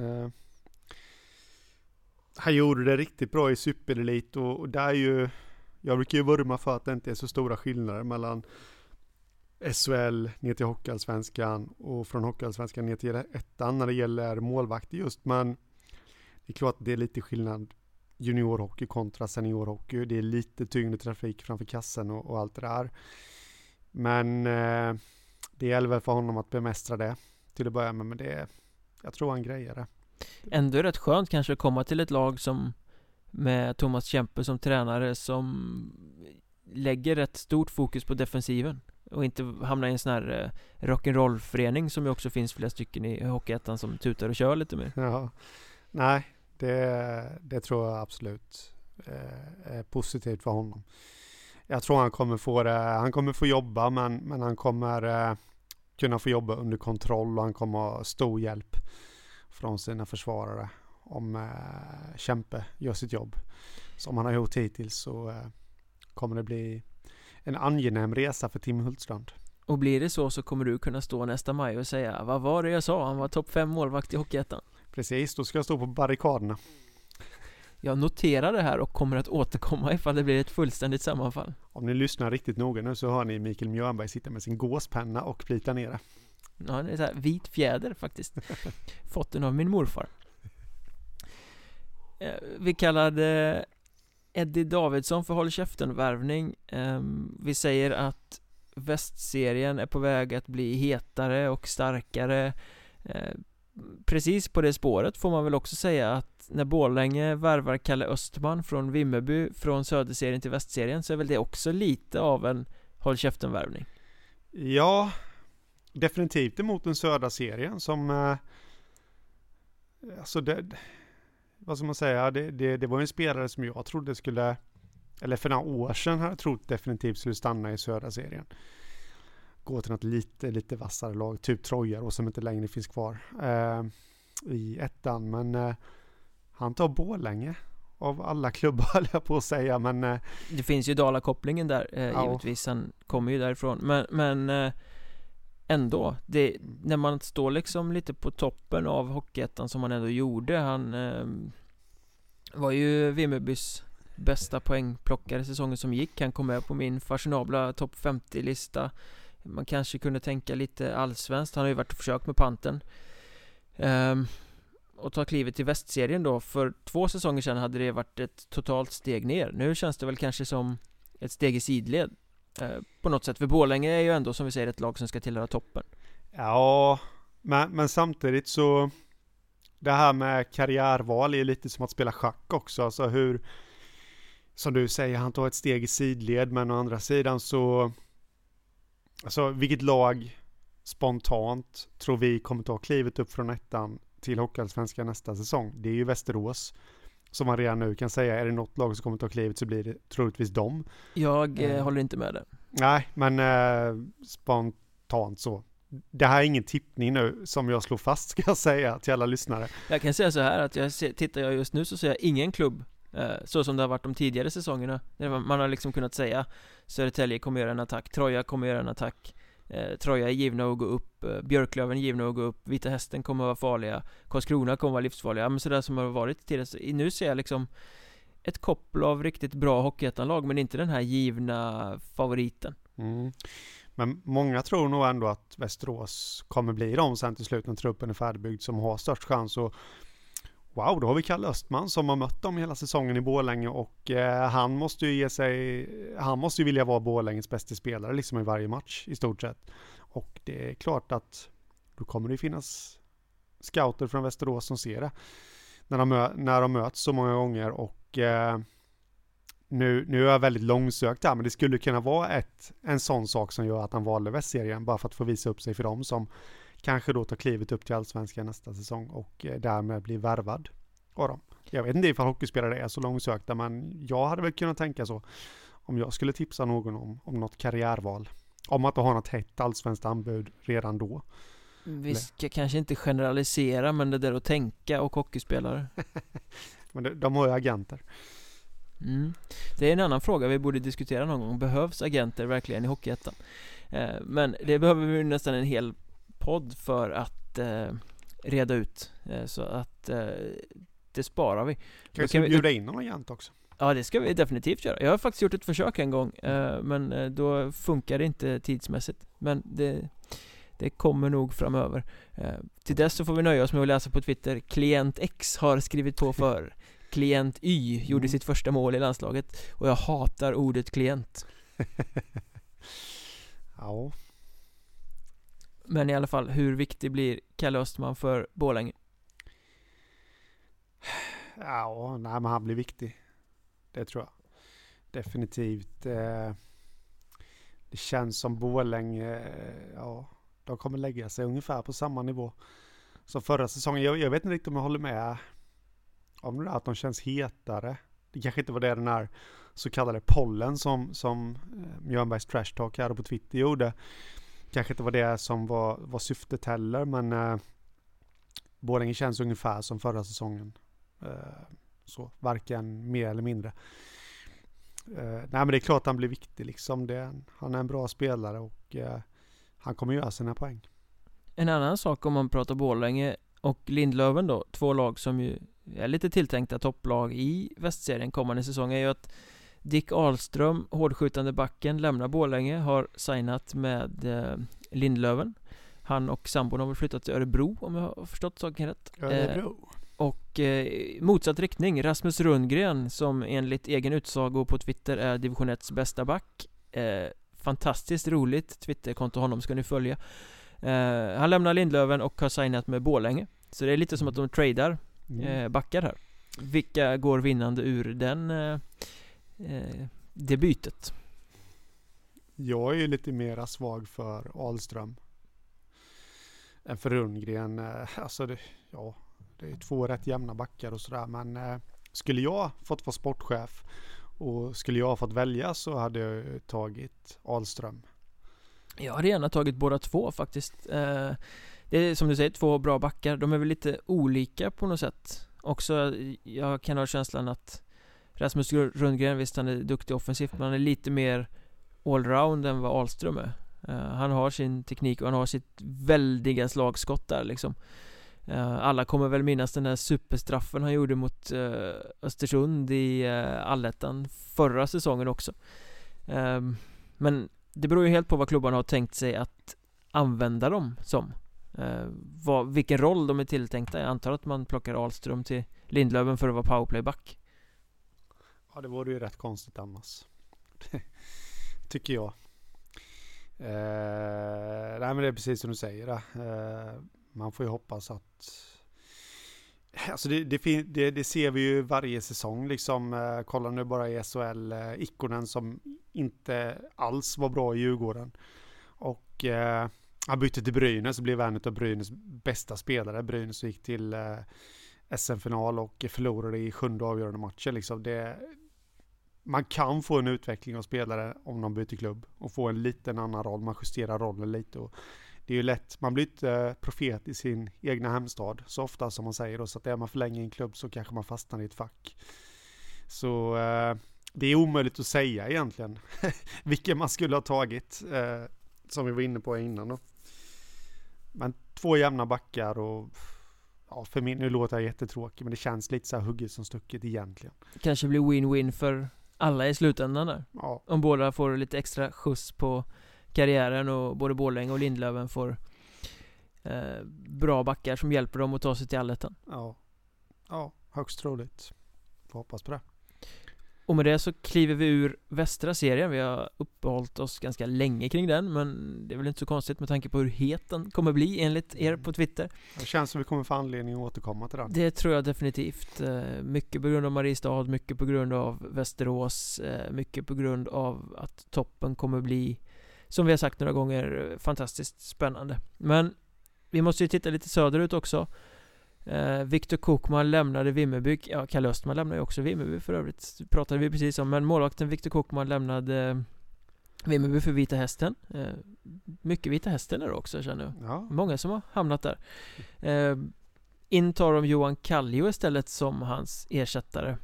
Han gjorde det riktigt bra i Superelit, och där är ju, jag brukar ju vurma för att det inte är så stora skillnader mellan SHL ner till Hockeyallsvenskan och från Hockeyallsvenskan ner till ettan när det gäller målvakter just, men det är klart att det är lite skillnad juniorhockey kontra seniorhockey. Det är lite tyngre trafik framför kassen och allt det där. Men det gäller väl för honom att bemästra det till att börja med, men jag tror han grejer det. Ändå är det rätt skönt kanske att komma till ett lag som med Thomas Kempe som tränare, som lägger rätt stort fokus på defensiven och inte hamna i en sån här rock'n'roll-förening som ju också finns flera stycken i Hockeyettan som tutar och kör lite mer. Ja, nej, det tror jag absolut är positivt för honom. Jag tror han kommer få jobba, men han kommer kunna få jobba under kontroll, och han kommer ha stor hjälp från sina försvarare om Kempe gör sitt jobb som han har gjort hittills, så kommer det bli en angenäm resa för Tim Hultstrand. Och blir det så kommer du kunna stå nästa maj och säga, vad var det jag sa? Han var topp 5 målvakt i Hockeyettan. Precis, då ska jag stå på barrikaderna. Jag noterar det här och kommer att återkomma ifall det blir ett fullständigt sammanfall. Om ni lyssnar riktigt noga nu så hör ni Mikael Mjörnberg sitta med sin gåspenna och plita ner det. Ja, det är så här vit fjäder faktiskt. Fått den av min morfar. Vi kallade Eddie Davidsson för Håll käften-värvning. Vi säger att västserien är på väg att bli hetare och starkare. Precis på det spåret får man väl också säga att när Borlänge värvar Kalle Östman från Vimmerby från söderserien till västserien, så är väl det också lite av en Håll käften-värvning. Ja, definitivt emot den södra serien som alltså vad ska man säga, det var en spelare som jag trodde skulle, eller för några år sedan hade jag trott definitivt skulle stanna i södra serien. Gå till något lite vassare lag, typ Troja och som inte längre finns kvar i ettan, men han tar Borlänge av alla klubbar, höll jag på att säga, men det finns ju Dala-kopplingen där, givetvis, han kommer ju därifrån, men ändå, när man står liksom lite på toppen av Hockeyettan som han ändå gjorde, han var ju Vimmerbys bästa poängplockare säsongen som gick, han kom med på min fashionabla topp 50-lista. Man kanske kunde tänka lite allsvenskt, han har ju varit och försökt med panten, och ta klivet till västserien då. För 2 säsonger sedan hade det varit ett totalt steg ner. Nu känns det väl kanske som ett steg i sidled på något sätt, för Borlänge är ju ändå, som vi säger, ett lag som ska tillhöra toppen. Ja, men samtidigt så det här med karriärval är lite som att spela schack också, alltså hur, som du säger, han tar ett steg i sidled, men å andra sidan så, alltså vilket lag spontant tror vi kommer ta klivet upp från ettan till Hockeyallsvenskan nästa säsong? Det är ju Västerås, som man redan nu kan säga, är det något lag som kommer ta klivet så blir det troligtvis dem. Jag håller inte med det. Nej, men spontant så. Det här är ingen tippning nu som jag slår fast, ska jag säga till alla lyssnare. Jag kan säga så här att tittar jag just nu så ser jag ingen klubb så som det har varit de tidigare säsongerna. Man har liksom kunnat säga Södertälje kommer göra en attack, Troja kommer göra en attack, Troja är givna att gå upp, Björklöven är givna att gå upp, Vita Hästen kommer att vara farliga, Karlskrona kommer att vara livsfarliga, men sådär som har varit tidigare. Nu ser jag liksom ett koppel av riktigt bra Hockeyettan-lag, men inte den här givna favoriten. Men många tror nog ändå att Västerås kommer bli de sen till slut när truppen är färdigbyggd som har störst chans. Och wow, då har vi Kalle Östman som har mött dem hela säsongen i Borlänge, och han måste ju vilja vara Borlänges bästa spelare liksom i varje match i stort sett. Och det är klart att då kommer det finnas scouter från Västerås som ser det. när de möts så många gånger. Och nu är jag väldigt långsökt här, men det skulle kunna vara en sån sak som gör att han valde västserien, bara för att få visa upp sig för dem som kanske då tar klivet upp till Allsvenskan nästa säsong och därmed blir värvad av dem. Jag vet inte ifall hockeyspelare är så långsökta, men jag hade väl kunnat tänka så om jag skulle tipsa någon om något karriärval. Om att ha något hett allsvenskt anbud redan då. Vi ska kanske inte generalisera, men det där att tänka och hockeyspelare. Men de har ju agenter. Det är en annan fråga vi borde diskutera någon gång. Behövs agenter verkligen i Hockeyettan? Men det behöver vi nästan en hel podd för att reda ut. Så att det sparar vi. Kan vi bjuda in någon agent också? Ja, det ska vi definitivt göra. Jag har faktiskt gjort ett försök en gång, men då funkar det inte tidsmässigt. Men det kommer nog framöver. Till dess så får vi nöja oss med att läsa på Twitter. Klient X har skrivit på för Klient Y gjorde sitt första mål i landslaget. Och jag hatar ordet klient. Ja. Men i alla fall, hur viktig blir Kalle Östman för Borlänge? Ja, nej, men han blir viktig. Det tror jag. Definitivt. Det känns som Borlänge, de kommer lägga sig ungefär på samma nivå som förra säsongen. Jag vet inte riktigt om jag håller med om det, att de känns hetare. Det kanske inte var det den här så kallade pollen som Mjörnbergs Trash Talk här på Twitter gjorde. Kanske inte var det som var syftet heller, men Borlänge känns ungefär som förra säsongen. Så varken mer eller mindre. Nej, men det är klart att han blir viktig liksom. Han är en bra spelare och han kommer göra sina poäng. En annan sak om man pratar Borlänge och Lindlöven då, två lag som ju är lite tilltänkta topplag i västserien kommande säsong, är ju att Dick Ahlström, hårdskjutande backen, lämnar Borlänge, har signat med Lindlöven. Han och sambon har väl flyttat till Örebro, om jag har förstått saken rätt. Örebro. Och motsatt riktning, Rasmus Rundgren, som enligt egen utsago på Twitter är division 1:s bästa back. Fantastiskt roligt Twitterkonto, honom ska ni följa. Han lämnar Lindlöven och har signat med Borlänge. Så det är lite som att de tradar backar här. Vilka går vinnande ur det bytet? Jag är ju lite mera svag för Ahlström än för Rundgren. Alltså det är 2 rätt jämna backar och sådär, men skulle jag fått vara sportchef och skulle jag fått välja, så hade jag tagit Ahlström. Jag hade gärna tagit båda två faktiskt. Det är som du säger, 2 bra backar. De är väl lite olika på något sätt. Också, jag kan ha känslan att Rasmus Rundgren, visst han är duktig offensivt, men han är lite mer allround än vad Ahlström är. Han har sin teknik och han har sitt väldiga slagskott där liksom. Alla kommer väl minnas den där superstraffen han gjorde mot Östersund i Allettan förra säsongen också. Men det beror ju helt på vad klubbarna har tänkt sig att använda dem som. Vilken roll de är tilltänkta. Jag antar att man plockar Ahlström till Lindlöven för att vara powerplayback. Ja, det vore ju rätt konstigt annars. Tycker jag. Nej, men det är precis som du säger. Man får ju hoppas att... Alltså det ser vi ju varje säsong. Liksom, kolla nu bara i SHL. Ikonen som inte alls var bra i Djurgården. Och han bytte till Brynäs och blev en av Brynäs bästa spelare. Brynäs gick till SM-final och förlorade i 7:e avgörande matchen. Liksom man kan få en utveckling av spelare om de byter klubb och få en liten annan roll. Man justerar rollen lite och det är ju lätt. Man blir inte profet i sin egna hemstad så ofta som man säger. Så att är man för länge i en klubb så kanske man fastnar i ett fack. Så det är omöjligt att säga egentligen vilken man skulle ha tagit, som vi var inne på innan då. Men 2 jämna backar och för mig, nu låter jag jättetråkig, men det känns lite så här hugget som stucket egentligen. Kanske blir win-win för alla i slutändan där. Ja. Om båda får lite extra skjuts på karriären och både Borlänge och Lindlöven får bra backar som hjälper dem att ta sig till Allettan. Ja, högst troligt. Får hoppas på det. Och med det så kliver vi ur västra serien. Vi har uppehållit oss ganska länge kring den, men det är väl inte så konstigt med tanke på hur het den kommer bli enligt er på Twitter. Det känns som vi kommer få anledning att återkomma till den. Det tror jag definitivt. Mycket på grund av Mariestad, mycket på grund av Västerås, mycket på grund av att toppen kommer bli, som vi har sagt några gånger, fantastiskt spännande. Men vi måste ju titta lite söderut också. Viktor Kokman lämnade Vimmerby. Ja, Kalle Östman lämnade ju också Vimmerby för övrigt. Pratade vi precis om. Men målvakten Viktor Kokman lämnade Vimmerby för Vita Hästen. Mycket Vita Hästen är det också, känner jag. Ja. Många som har hamnat där. Intar de Johan Kallio istället som hans ersättare.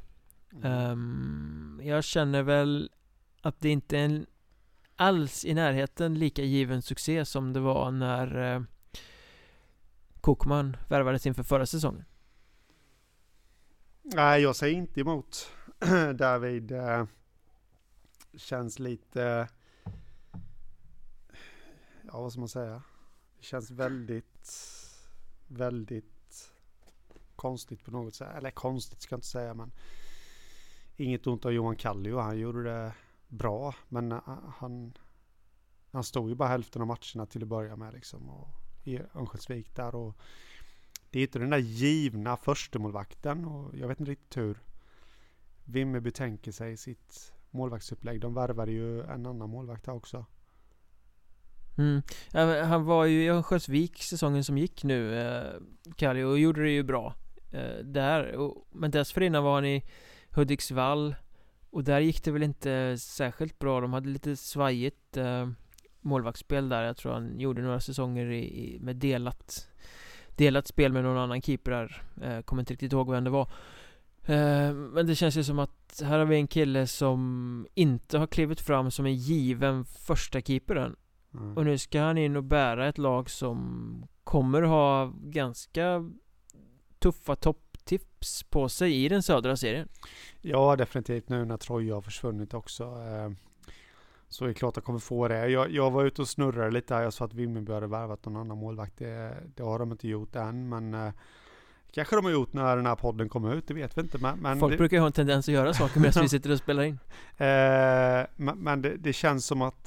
Jag känner väl att det inte är alls i närheten lika given succé som det var när Kokman värvades inför förra säsongen. Nej, jag säger inte emot. David känns lite, ja, vad ska man säga? Det känns väldigt konstigt på något sätt. Eller konstigt ska jag inte säga, men inget ont av Johan Kallio. Han gjorde det bra, men han stod ju bara hälften av matcherna till att börja med liksom, och i Örnsköldsvik där, och det är inte den där givna förstemålvakten, och jag vet inte riktigt hur Vimmerby tänker sig sitt målvaktsupplägg. De värvade ju en annan målvakt här också. Han var ju i Örnsköldsvik säsongen som gick nu, Kallio, och gjorde det ju bra där, men dessförinnan var han i Hudiksvall, och där gick det väl inte särskilt bra. De hade lite svajigt målvaktsspel där. Jag tror han gjorde några säsonger med delat spel med någon annan keeper där. Kommer inte riktigt ihåg vem det var. Men det känns ju som att här har vi en kille som inte har klivit fram som en given första keeperen. Och nu ska han in och bära ett lag som kommer ha ganska tuffa topptips på sig i den södra serien. Ja, definitivt, nu när Troja har försvunnit också. Så är det klart att jag kommer få det. Jag var ute och snurrade lite här. Jag sa att Vimmerby hade värvat någon annan målvakt. Det har de inte gjort än, men kanske de har gjort när den här podden kommer ut. Det vet vi inte. Men folk brukar ju ha en tendens att göra saker medan vi sitter och spelar in. Men det känns som att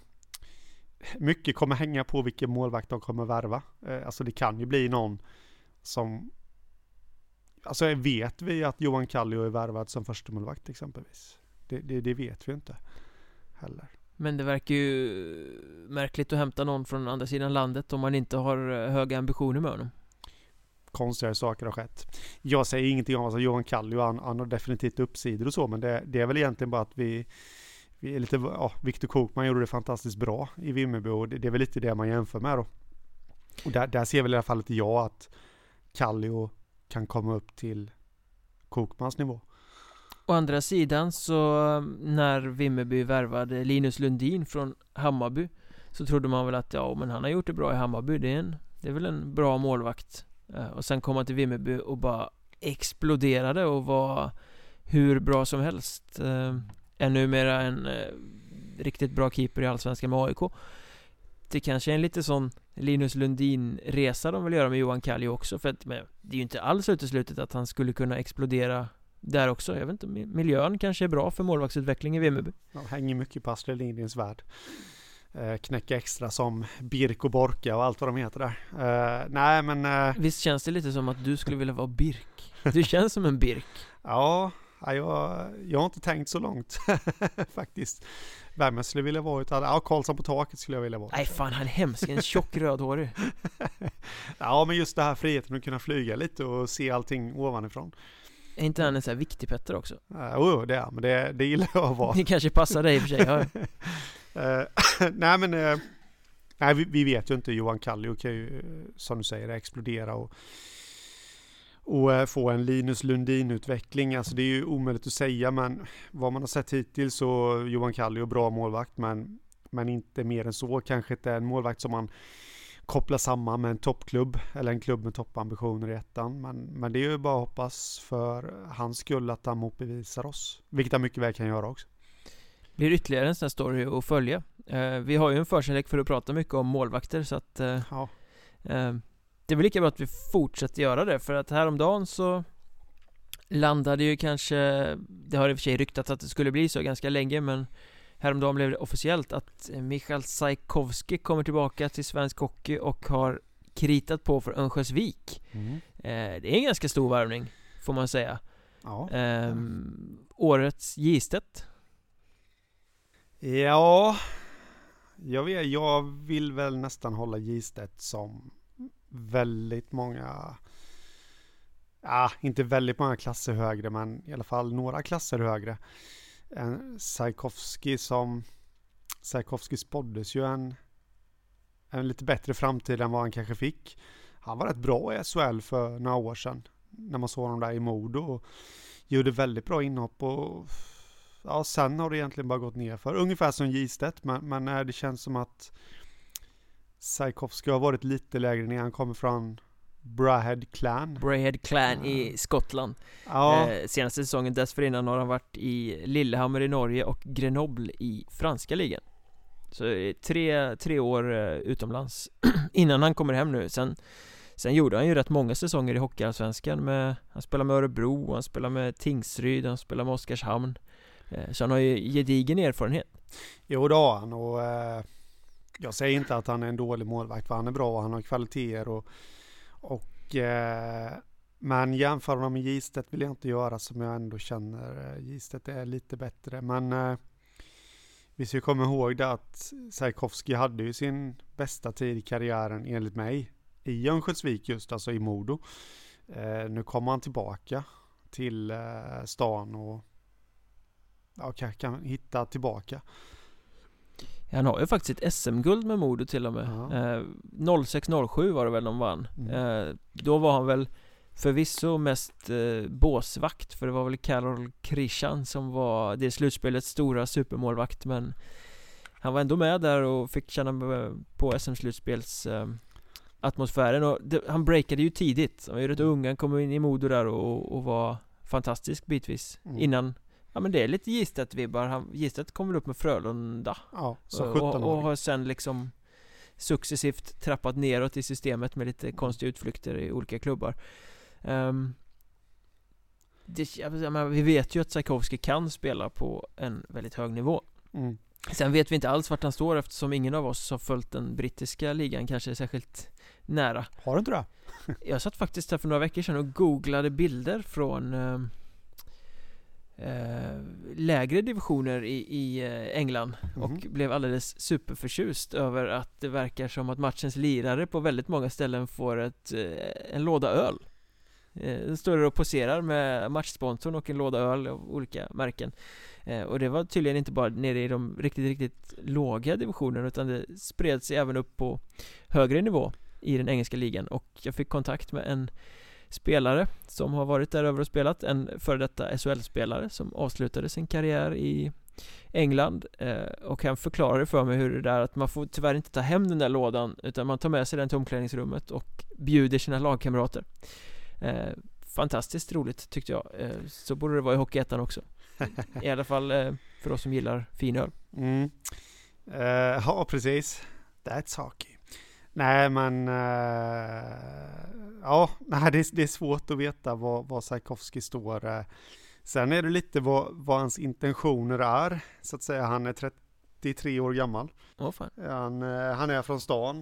mycket kommer hänga på vilken målvakt de kommer värva. Alltså det kan ju bli någon som... Alltså vet vi att Johan Kallio är värvad som första målvakt exempelvis? Det vet vi inte heller. Men det verkar ju märkligt att hämta någon från andra sidan landet om man inte har höga ambitioner med honom. Konstigare saker har skett. Jag säger ingenting om alltså Johan Kallio, han har definitivt uppsidor och så, men det är väl egentligen bara att vi är lite, Viktor Kokman gjorde det fantastiskt bra i Vimmerby, och det är väl lite det man jämför med då. Och där ser väl i alla fall inte jag att Kallio kan komma upp till Kokmans nivå. Å andra sidan så när Vimmerby värvade Linus Lundin från Hammarby så trodde man väl att men han har gjort det bra i Hammarby, det är väl en bra målvakt. Och sen kom han till Vimmerby och bara exploderade och var hur bra som helst. Är numera en riktigt bra keeper i Allsvenskan med AIK. Det kanske är en lite sån Linus Lundin-resa de vill göra med Johan Kallio också, för att det är ju inte alls uteslutet att han skulle kunna explodera där också. Jag vet inte, miljön kanske är bra för målvaktsutveckling i Vimmerby. Ja, hänger mycket på Astrid Lindgrens värld. Knäcka extra som Birk och Borka och allt vad de heter där. Nej, men... Visst känns det lite som att du skulle vilja vara Birk? Du känns som en Birk. Ja, jag har inte tänkt så långt faktiskt. Vem jag skulle vilja vara utan Karlsson på taket skulle jag vilja vara. Nej fan, han är hemsk, en tjock rödhårig. Ja, men just det här friheten att kunna flyga lite och se allting ovanifrån. Är inte han en så här viktig Petter också? Det är, men det gillar jag att vara. Det kanske passar dig i och för sig. Ja. Nej, vi vet ju inte. Johan Kallio kan ju, som du säger, explodera och få en Linus Lundin-utveckling. Alltså det är ju omöjligt att säga, men vad man har sett hittills så Johan Kallio bra målvakt, men inte mer än så. Kanske inte en målvakt som man kopplar samman med en toppklubb eller en klubb med toppambitioner i ettan. Men det är ju bara att hoppas för hans skull att han motbevisar oss, vilket han mycket väl kan göra också. Det blir ytterligare en sån här story att följa. Vi har ju en förkärlek för att prata mycket om målvakter, så att det är väl lika bra att vi fortsätter göra det, för att häromdagen så landade ju kanske, det har i och för sig ryktats att det skulle bli så ganska länge, men häromdagen blev det officiellt att Michal Sajkovskij kommer tillbaka till svensk hockey och har kritat på för Örnsköldsvik. Det är en ganska stor värvning, får man säga. Ja. Årets Gistet. Ja, jag vill väl nästan hålla Gistet som väldigt många, inte väldigt många klasser högre, men i alla fall några klasser högre. Sajkovskij spåddes ju en lite bättre framtid än vad han kanske fick. Han var rätt bra i SHL för några år sedan när man såg honom där i Modo och gjorde väldigt bra inhopp, och sen har det egentligen bara gått ner för ungefär som Gistet, men det känns som att Sajkovskij har varit lite lägre när han kommer från Brahead Clan i Skottland. Senaste säsongen dessförinnan har han varit i Lillehammer i Norge och Grenoble i franska ligan. Så 3 år utomlands innan han kommer hem nu. Sen gjorde han ju rätt många säsonger i Hockeyallsvenskan han spelar med Örebro, han spelar med Tingsryd, han spelar med Oskarshamn. Så han har ju gedigen erfarenhet. Jo, det har han, och jag säger inte att han är en dålig målvakt, för han är bra och han har kvaliteter men jämför honom med Gistet vill jag inte göra, som jag ändå känner Gistet är lite bättre. Men vi ska komma ihåg det att Sajkovskij hade ju sin bästa tid i karriären enligt mig i Örnsköldsvik, just alltså i Modo. Nu kommer han tillbaka till stan och kan hitta tillbaka. Han har ju faktiskt ett SM-guld med Modo till och med. 06-07 var det väl de vann. Då var han väl förvisso mest båsvakt, för det var väl Karol Krishan som var det slutspelets stora supermålvakt, men han var ändå med där och fick känna på SM-slutspels atmosfären, och han breakade ju tidigt. Han var ju rätt ung, han kom in i Modo där och var fantastisk bitvis innan. Ja, men det är lite Gistet-vibbar. Gistet kommer upp med Frölunda. Så och har sen liksom successivt trappat neråt i systemet med lite konstiga utflykter i olika klubbar. Vi vet ju att Sajkovskij kan spela på en väldigt hög nivå. Sen vet vi inte alls vart han står, eftersom ingen av oss har följt den brittiska ligan kanske särskilt nära. Har du inte det? Jag satt faktiskt här för några veckor sedan och googlade bilder från lägre divisioner i England och blev alldeles superförtjust över att det verkar som att matchens lirare på väldigt många ställen får en låda öl. Den står och poserar med matchsponsorn och en låda öl av olika märken. Och det var tydligen inte bara nere i de riktigt låga divisionerna, utan det spred sig även upp på högre nivå i den engelska ligan. Och jag fick kontakt med en spelare som har varit där över och spelat, en före detta SHL-spelare som avslutade sin karriär i England, och han förklarade för mig hur det är att man får tyvärr inte ta hem den där lådan, utan man tar med sig den till omklädningsrummet och bjuder sina lagkamrater. Fantastiskt roligt tyckte jag. Så borde det vara i Hockeyettan också. I alla fall för oss som gillar fin öl. Ja, precis. That's hockey. Nej, men det är svårt att veta vad Sajkovskij står. Sen är det lite vad hans intentioner är, så att säga. Han är 33 år gammal. Fan. Han är från stan.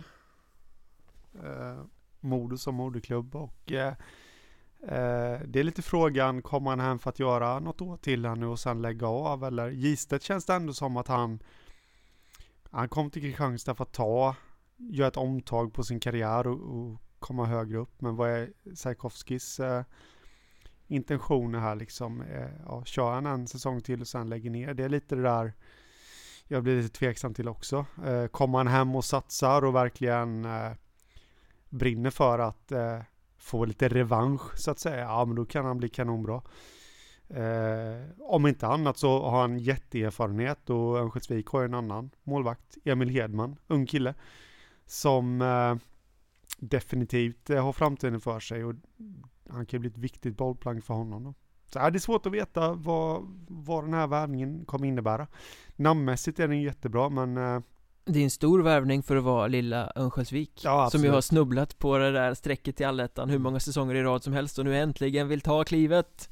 Modo som moderklubb, och det är lite frågan, kommer han hem för att göra något år till här nu och sen lägga av, eller Gistet känns det ändå som att han kom till Kristianstad för att göra ett omtag på sin karriär och komma högre upp. Men vad är Sajkovskijs intentioner här liksom? Kör han en säsong till och sen lägger ner? Det är lite det där jag blir lite tveksam till också. Kommer han hem och satsar och verkligen brinner för att få lite revansch så att säga, ja, men då kan han bli kanonbra. Om inte annat så har han jätteerfarenhet, och Örnsköldsvik har en annan målvakt, Emil Hedman, ung kille som definitivt har framtiden för sig, och han kan bli ett viktigt bollplank för honom då. Så det är svårt att veta vad den här värvningen kommer innebära. Namnmässigt är den jättebra, men Det är en stor värvning för att vara lilla Örnsköldsvik, Ja, som ju absolut. har snubblat på det där strecket i allettan hur många säsonger i rad som helst och nu äntligen vill ta klivet.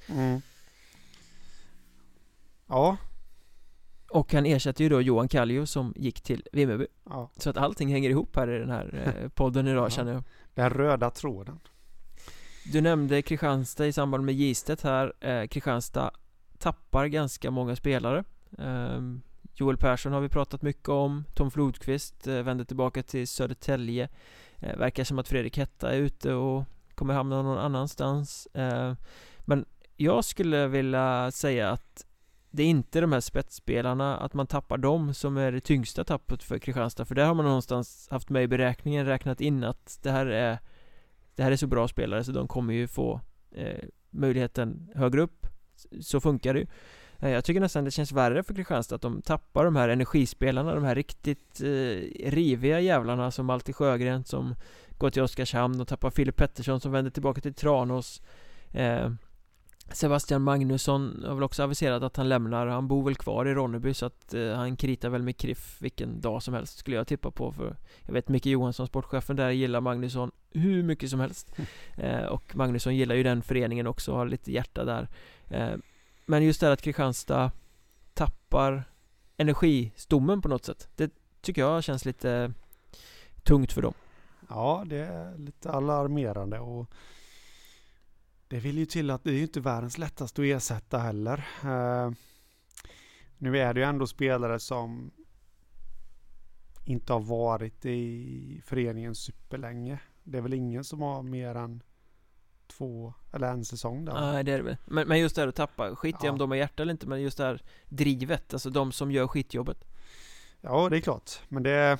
Ja. Och han ersätter ju då Johan Kallio som gick till Vimmerby. Ja. Så att allting hänger ihop här i den här podden idag, känner jag. Den röda tråden. Du nämnde Kristianstad i samband med Gistet här. Kristianstad tappar ganska många spelare. Joel Persson har vi pratat mycket om. Tom Flodqvist vänder tillbaka till Södertälje. Verkar som att Fredrik Hetta är ute och kommer hamna någon annanstans. Men jag skulle vilja säga att det är inte de här spetsspelarna, att man tappar dem som är det tyngsta tappet för Kristianstad. För där har man någonstans haft med i beräkningen, räknat in att det här är så bra spelare så de kommer ju få möjligheten högre upp. Så funkar det ju. Jag tycker nästan det känns värre för Kristianstad att de tappar de här energispelarna, de här riktigt riviga jävlarna som Malte Sjögren som går till Oskarshamn och tappar Filip Pettersson som vänder tillbaka till Tranås. Sebastian Magnusson har väl också aviserat att han lämnar. Han bor väl kvar i Ronneby så att han kritar väl med Kriff vilken dag som helst skulle jag tippa på, för jag vet Micke Johansson, sportchefen där, gillar Magnusson hur mycket som helst. Och Magnusson gillar ju den föreningen också, har lite hjärta där. Men just det att Kristianstad tappar energistommen på något sätt, det tycker jag känns lite tungt för dem. Ja, det är lite alarmerande och det vill ju till att det är ju inte världens lättaste att ersätta heller. Nu är det ju ändå spelare som inte har varit i föreningen superlänge. Det är väl ingen som har mer än 2 eller en säsong där. Nej, det är det väl. Men just det här att tappa, skit i om de har hjärta eller inte, men just det här drivet, alltså de som gör skitjobbet. Ja, det är klart. Men det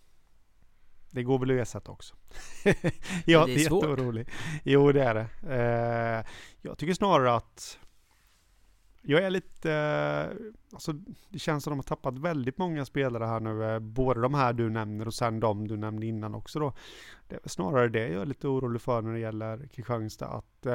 går väl att ersätta också. Jag är jätteorolig. Jo, det är det. Jag tycker snarare att jag är lite... Alltså, det känns som att de har tappat väldigt många spelare här nu. Både de här du nämner och sen de du nämnde innan också då. Det är snarare det jag är lite orolig för när det gäller Kristianstad. Att,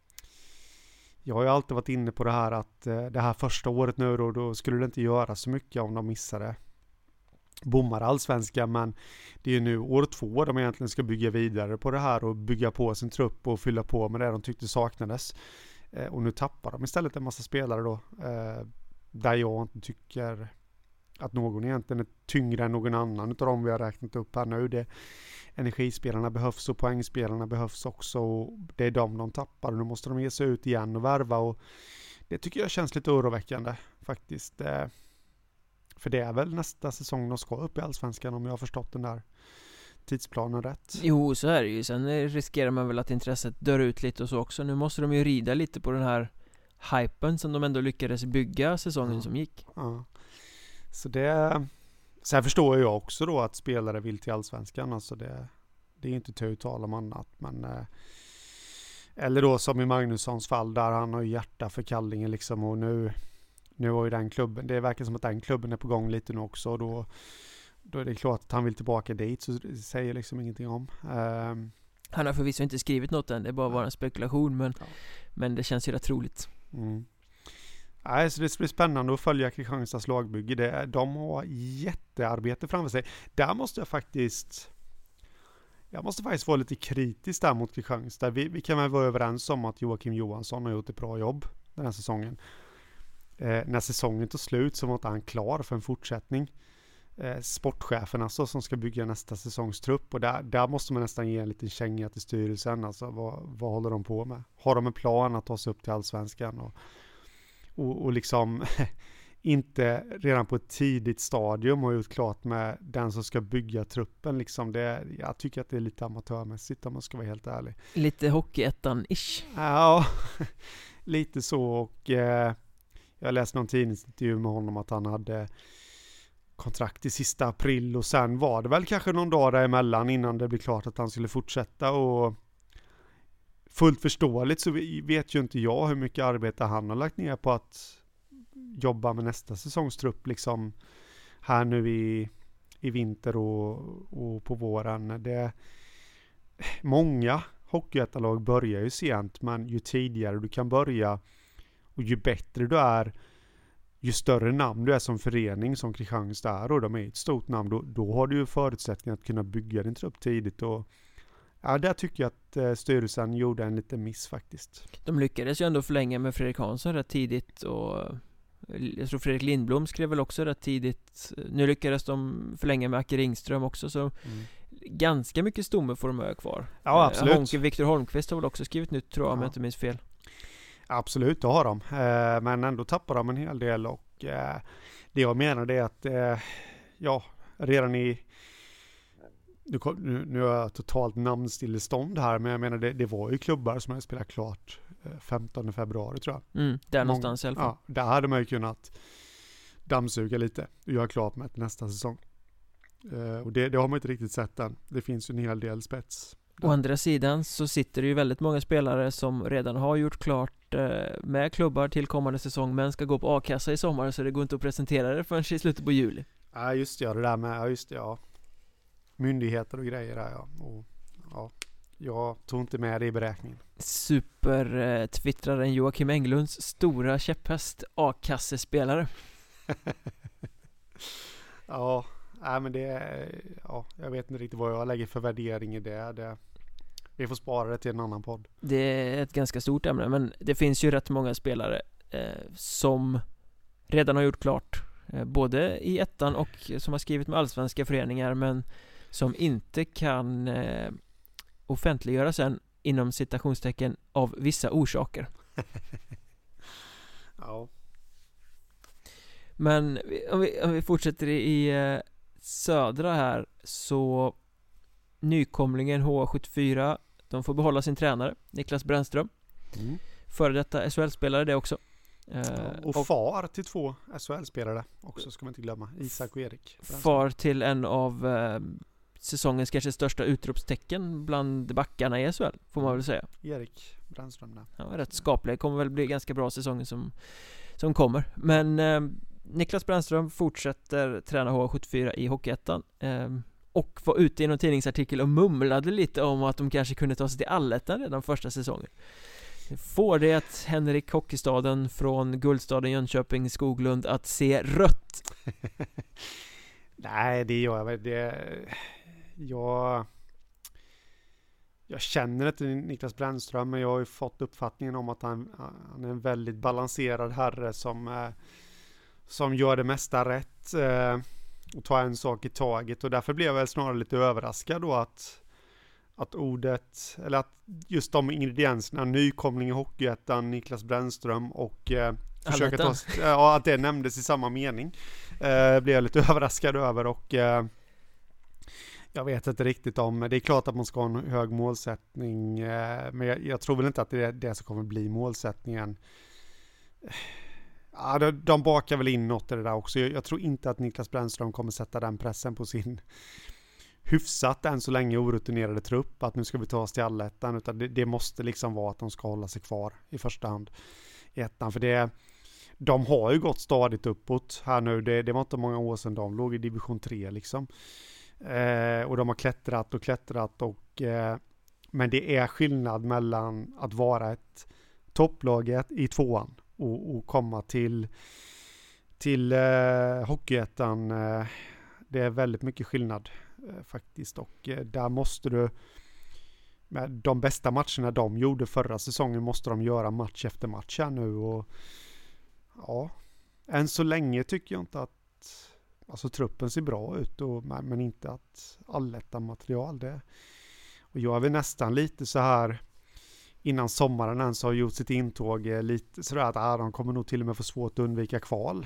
jag har ju alltid varit inne på det här att det här första året nu då skulle det inte göra så mycket om de missade. Bommar allsvenska, men det är ju nu år 2 de egentligen ska bygga vidare på det här och bygga på sin trupp och fylla på med det de tyckte saknades. Och nu tappar de istället en massa spelare då, där jag inte tycker att någon egentligen är tyngre än någon annan utav dem vi har räknat upp här nu. Energispelarna behövs och poängspelarna behövs också, och det är de tappar och nu måste de ge sig ut igen och värva, och det tycker jag känns lite oroväckande faktiskt. För det är väl nästa säsong de ska upp i allsvenskan om jag har förstått den där tidsplanen rätt. Jo, så är det ju. Sen riskerar man väl att intresset dör ut lite och så också. Nu måste de ju rida lite på den här hypen som de ändå lyckades bygga säsongen som gick. Ja. Så sen förstår jag också då att spelare vill till allsvenskan. Alltså det är inte till att tala om annat. Men, eller då som i Magnussons fall där han har hjärta för Kallinge liksom, och nu har ju den klubben, det verkar som att den klubben är på gång lite nu också, och då är det klart att han vill tillbaka dit, så det säger liksom ingenting om. Han har förvisso inte skrivit något än, det är bara en spekulation, men det känns ju rätt troligt. Nej, så det blir spännande att följa Kristianstads lagbygge. De har jättearbete framför sig. Där måste jag faktiskt vara lite kritisk där mot Kristianstad. Vi kan väl vara överens om att Joakim Johansson har gjort ett bra jobb den här säsongen. När säsongen tog slut så var inte han klar för en fortsättning. Sportchefen alltså, som ska bygga nästa säsongstrupp, och där måste man nästan ge en liten känga till styrelsen. Alltså, vad håller de på med? Har de en plan att ta sig upp till allsvenskan och liksom inte redan på ett tidigt stadium har gjort klart med den som ska bygga truppen liksom. Jag tycker att det är lite amatörmässigt om man ska vara helt ärlig. Lite Hockeyettan-ish. Ja, lite så, och jag läste någon tidningsintervju med honom att han hade kontrakt i sista april, och sen var det väl kanske någon dag däremellan innan det blev klart att han skulle fortsätta, och fullt förståeligt så vet ju inte jag hur mycket arbete han har lagt ner på att jobba med nästa säsongstrupp liksom här nu i vinter och på våren. Många hockeyettanlag börjar ju sent, men ju tidigare du kan börja och ju bättre du är, ju större namn du är som förening som Kristianstad är, och de är ett stort namn, då har du ju förutsättningar att kunna bygga din trupp tidigt. Och ja, där tycker jag att styrelsen gjorde en liten miss faktiskt. De lyckades ju ändå förlänga med Fredrik Hansson rätt tidigt, och jag tror Fredrik Lindblom skrev väl också rätt tidigt. Nu lyckades de förlänga med Acke Ringström också, så ganska mycket stomme får de ha kvar. Ja, absolut. Viktor Holmqvist har väl också skrivit nytt, tror jag, om jag inte minns fel. Absolut, det har de. Men ändå tappar de en hel del, och det jag menar är att redan i nu är jag totalt namnstillestånd här, men jag menar det var ju klubbar som hade spelat klart 15 februari, tror jag. Där någonstans i alla fall. Ja, där hade man ju kunnat dammsuga lite och göra klart med nästa säsong. Och det har man inte riktigt sett än. Det finns ju en hel del spets. Å andra sidan så sitter det ju väldigt många spelare som redan har gjort klart med klubbar till kommande säsong, men ska gå på A-kassa i sommar, så det går inte att presentera det förrän i slutet på juli. Ja, just det, det där med myndigheter och grejer där, jag tog inte med det i beräkningen. Super-twittraren Joakim Englunds stora käpphäst, A-kassespelare. Men jag vet inte riktigt vad jag lägger för värdering i det. Vi får spara det till en annan podd. Det är ett ganska stort ämne, men det finns ju rätt många spelare som redan har gjort klart, både i ettan och som har skrivit med allsvenska föreningar, men som inte kan offentliggöra sen, inom citationstecken, av vissa orsaker. Ja. Men om vi fortsätter i södra här, så nykomlingen H74, de får behålla sin tränare Niklas Brännström. Före detta SHL-spelare det också. Och far till 2 SHL-spelare också, ska man inte glömma. Isak och Erik Brännström. Far till en av säsongens kanske största utropstecken bland backarna i SHL, får man väl säga. Erik Brännström där. Ja, rätt skaplig. Kommer väl bli ganska bra säsongen som kommer. Men Niklas Brännström fortsätter träna H74 i Hockeyettan. Och var ute i någon tidningsartikel och mumlade lite om att de kanske kunde ta sig till Allettan redan första säsongen. Får det att Henrik Hockeystaden från Guldstaden Jönköping Skoglund att se rött? Nej, det gör jag väl. Jag känner inte Niklas Brännström, men jag har ju fått uppfattningen om att han är en väldigt balanserad herre som gör det mesta rätt och tar en sak i taget, och därför blev jag väl snarare lite överraskad då att ordet, eller att just de ingredienserna, nykomling i Hockeyettan, Niklas Brännström och att det nämndes i samma mening, blev jag lite överraskad över, och jag vet inte riktigt om, det är klart att man ska ha en hög målsättning, men jag tror väl inte att det är det som kommer bli målsättningen. Ja, de bakar väl in något i det där också. Jag tror inte att Niklas Brännström kommer sätta den pressen på sin hyfsat än så länge orutinerade trupp, att nu ska vi ta oss till Allettan, utan det måste liksom vara att de ska hålla sig kvar i första hand i ettan, för de har ju gått stadigt uppåt här nu. Det var inte många år sedan de låg i division 3 liksom. Och de har klättrat och men det är skillnad mellan att vara ett topplag i 2:an och komma till Hockeyettan. Det är väldigt mycket skillnad faktiskt, och där måste du, med de bästa matcherna de gjorde förra säsongen, måste de göra match efter match här nu, och ja, än så länge tycker jag inte att truppen ser bra ut, men inte att Allettan material det. Och jag är väl nästan lite så här innan sommaren ens har gjort sitt intåg lite sådär att de kommer nog till och med få svårt att undvika kval.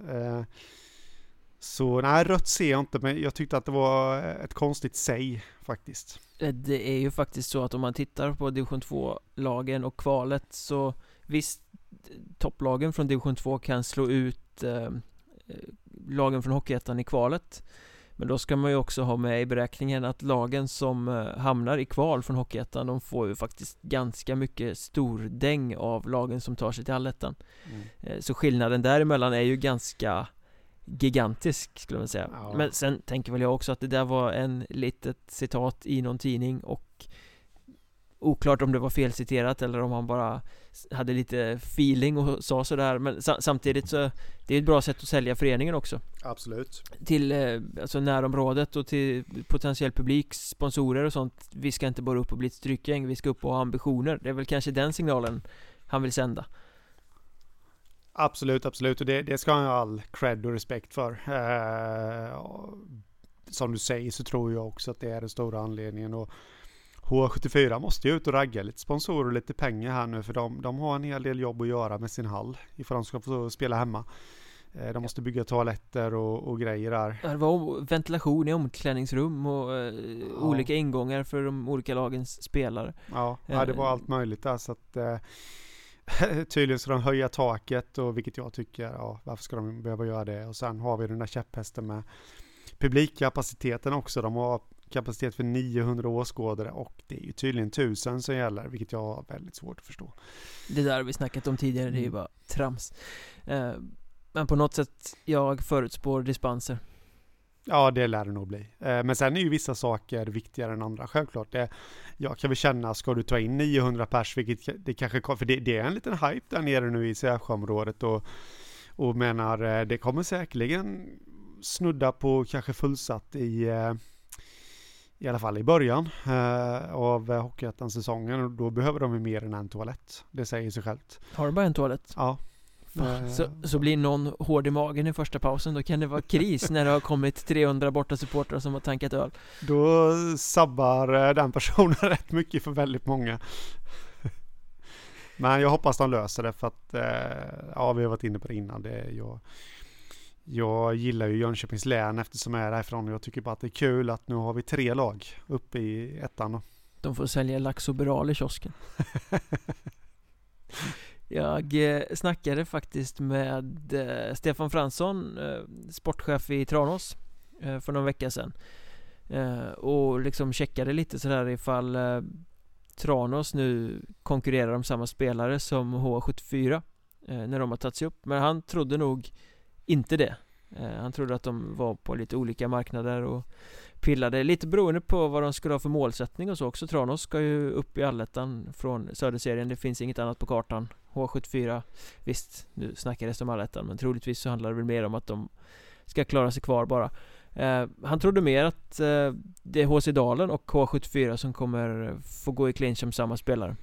Så nej, rött ser jag inte, men jag tyckte att det var ett konstigt säg faktiskt. Det är ju faktiskt så att om man tittar på division 2-lagen och kvalet, så visst, topplagen från division 2 kan slå ut lagen från Hockeyettan i kvalet, men då ska man ju också ha med i beräkningen att lagen som hamnar i kval från Hockeyettan, de får ju faktiskt ganska mycket stordäng av lagen som tar sig till Allettan. Så skillnaden däremellan är ju ganska gigantisk, skulle man säga. Ja. Men sen tänker väl jag också att det där var en litet citat i någon tidning, och Oklart om det var felciterat eller om han bara hade lite feeling och sa sådär. Men samtidigt så det är ett bra sätt att sälja föreningen också. Absolut. Till alltså närområdet och till potentiell publik, sponsorer och sånt. Vi ska inte bara upp och bli ett strykgäng, vi ska upp och ha ambitioner. Det är väl kanske den signalen han vill sända. Absolut, absolut. Och det ska han ha all cred och respekt för. Som du säger så tror jag också att det är den stora anledningen. Och H74 måste ju ut och ragga lite sponsorer och lite pengar här nu. För de har en hel del jobb att göra med sin hall. Ifall de ska få spela hemma. De måste bygga toaletter och grejer där. Det var ventilation i omklädningsrum och olika ingångar för de olika lagens spelare. Ja, det var allt möjligt där. Så att, tydligen ska de höja taket, och vilket jag tycker, ja, varför ska de behöva göra det? Och sen har vi den där käpphästen med publikkapaciteten också. De har kapacitet för 900 åskådare och det är ju tydligen 1000 som gäller, vilket jag har väldigt svårt att förstå. Det där vi snackat om tidigare, det är ju bara trams. Men på något sätt, jag förutspår dispenser. Ja, det lär det nog bli. Men sen är ju vissa saker viktigare än andra, självklart. Jag kan väl känna, ska du ta in 900 pers, vilket det kanske, för det är en liten hype där nere nu i Sävsjöområdet och menar, det kommer säkerligen snudda på kanske fullsatt i alla fall i början av Hockeyettan-säsongen, och då behöver de ju mer än en toalett. Det säger sig självt. Har de bara en toalett? Ja. Så blir någon hård i magen i första pausen, då kan det vara kris när det har kommit 300 borta supportrar som har tankat öl. Då sabbar den personen rätt mycket för väldigt många. Men jag hoppas de löser det, för att ja, vi har varit inne på det innan. Jag gillar ju Jönköpings län eftersom jag är därifrån, och jag tycker bara att det är kul att nu har vi 3 lag uppe i ettan. De får sälja Laxoberal i kiosken. Jag snackade faktiskt med Stefan Fransson, sportchef i Tranås, för någon vecka sedan. Och liksom checkade lite sådär ifall Tranås nu konkurrerar om samma spelare som H74 när de har tagits upp. Men han trodde nog inte det. Han trodde att de var på lite olika marknader och pillade lite beroende på vad de skulle ha för målsättning och så också. Tranås ska ju upp i allettan från söderserien. Det finns inget annat på kartan. H74, visst, nu snackades om allettan, men troligtvis så handlar det väl mer om att de ska klara sig kvar bara. Han trodde mer att det är HC Dalen och H74 som kommer få gå i clinch som samma spelare.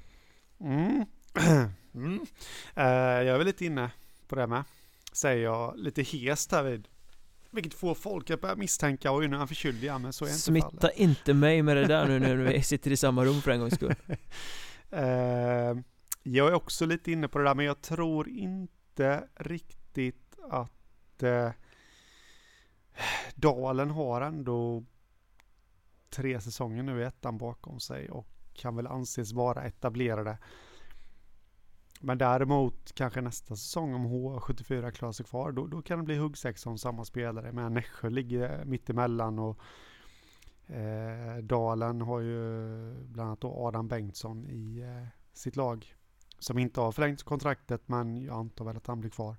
Jag är väl lite inne på det med, säger jag lite hest här vid, vilket får folk att börja misstänka, och nu är han förkyld igen, men så är inte Smitta fallet. inte mig med det där nu när vi sitter i samma rum för en gångs skull. Jag är också lite inne på det där, men jag tror inte riktigt att Dalen har ändå 3 säsonger nu i ettan bakom sig och kan väl anses vara etablerade. Men däremot kanske nästa säsong, om H74 klarar sig kvar, då kan det bli huggsex om samma spelare. Men Nässjö ligger mitt emellan, och Dalen har ju bland annat då Adam Bengtsson i sitt lag, som inte har förlängt kontraktet, men jag antar väl att han blir kvar.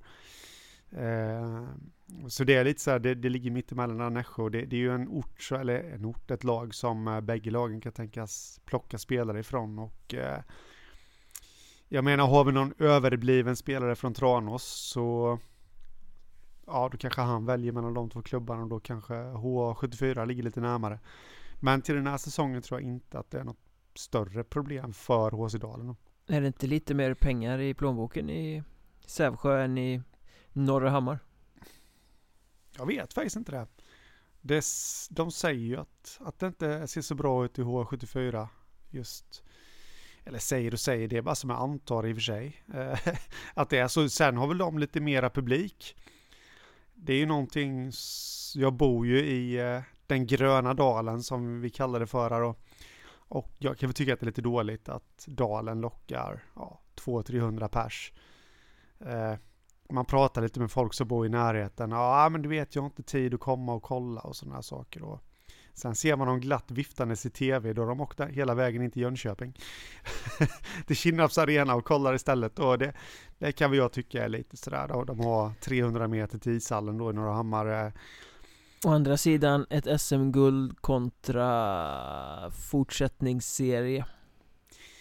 Så det är lite så här, det ligger mitt emellan Nässjö, och det är ju ett lag som bägge lagen kan tänkas plocka spelare ifrån, och jag menar, har vi någon överbliven spelare från Tranås, så ja, då kanske han väljer mellan de 2 klubbarna, och då kanske H74 ligger lite närmare. Men till den här säsongen tror jag inte att det är något större problem för HC Dalen. Är det inte lite mer pengar i plånboken i Sävsjö än i Norra Hammar? Jag vet faktiskt inte det. De säger ju att det inte ser så bra ut i H74 just. Eller säger, det är bara som jag antar i och för sig. Att det är så. Sen har väl de lite mera publik. Det är ju någonting, jag bor ju i den gröna dalen som vi kallar det för här, och jag kan väl tycka att det är lite dåligt att dalen lockar 200-300 pers. Man pratar lite med folk som bor i närheten. Ja, men du vet, jag har inte tid att komma och kolla och sådana här saker. Och sen ser man dem glatt viftandes i tv, då de åkte hela vägen in till Jönköping. Det Kinnarps arena och kollar istället. Och det kan väl jag tycka är lite sådär. Då. De har 300 meter till ishallen då i Norra Hammar. Å andra sidan ett SM-guld kontra fortsättningsserie.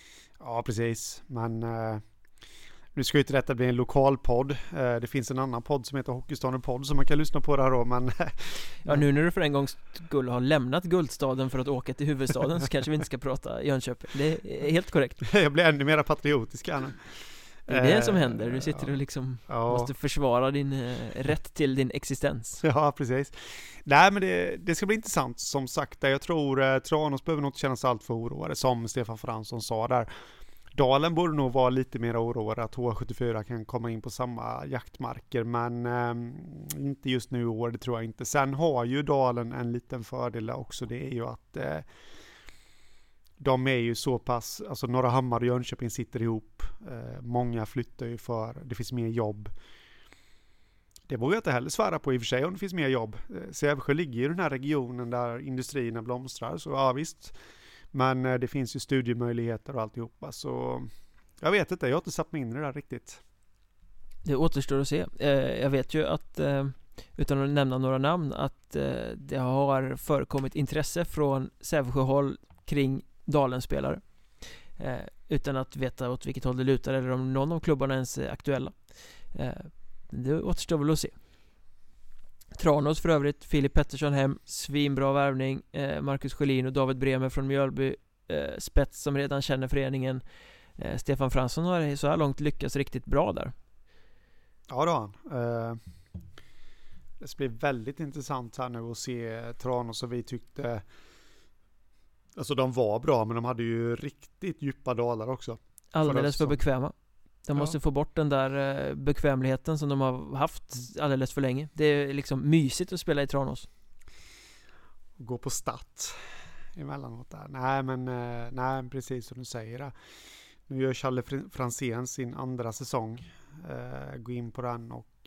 Ja, precis. Men nu ska ju inte detta bli en lokal podd. Det finns en annan podd som heter Hockeystaden podd som man kan lyssna på där då, men ja, nu när du för en gång skulle ha lämnat Guldstaden för att åka till huvudstaden så kanske vi inte ska prata Jönköping. Det är helt korrekt. Jag blir ännu mer patriotisk här nu. Det är det som händer. Du sitter och liksom måste försvara din rätt till din existens. Ja, precis. Nej, men det ska bli intressant som sagt. Jag tror Tranås behöver nog inte känna sig allt för oroade, som Stefan Fransson sa där. Dalen borde nog vara lite mer oroad att H74 kan komma in på samma jaktmarker, men inte just nu i år, det tror jag inte. Sen har ju Dalen en liten fördel också, det är ju att de är ju så pass, alltså Norrahammar och Jönköping sitter ihop, många flyttar ju för det finns mer jobb. Det vågar jag inte heller svära på i och för sig om det finns mer jobb. Sävsjö ligger i den här regionen där industrierna blomstrar, så ja visst. Men det finns ju studiemöjligheter och alltihopa, så jag vet inte, jag har inte satt mig in i det där riktigt. Det återstår att se. Jag vet ju att, utan att nämna några namn, att det har förekommit intresse från Sävsjöhåll kring Dalen-spelare. Utan att veta åt vilket håll det lutar eller om någon av klubbarna ens är aktuella. Det återstår väl att se. Tranås för övrigt, Filip Pettersson hem, svinbra värvning, Marcus Sjölin och David Bremer från Mjölby, spets som redan känner föreningen. Stefan Fransson har så här långt lyckats riktigt bra där. Ja, då han. Det ska bli väldigt intressant här nu att se Tranås, och vi tyckte, alltså de var bra, men de hade ju riktigt djupa dalar också. Alldeles för bekväma. De måste få bort den där bekvämligheten som de har haft alldeles för länge. Det är liksom mysigt att spela i Tranås. Gå på stat emellanåt där. Nej, precis som du säger det. Nu gör Challe Franzén sin andra säsong. Gå in på den, och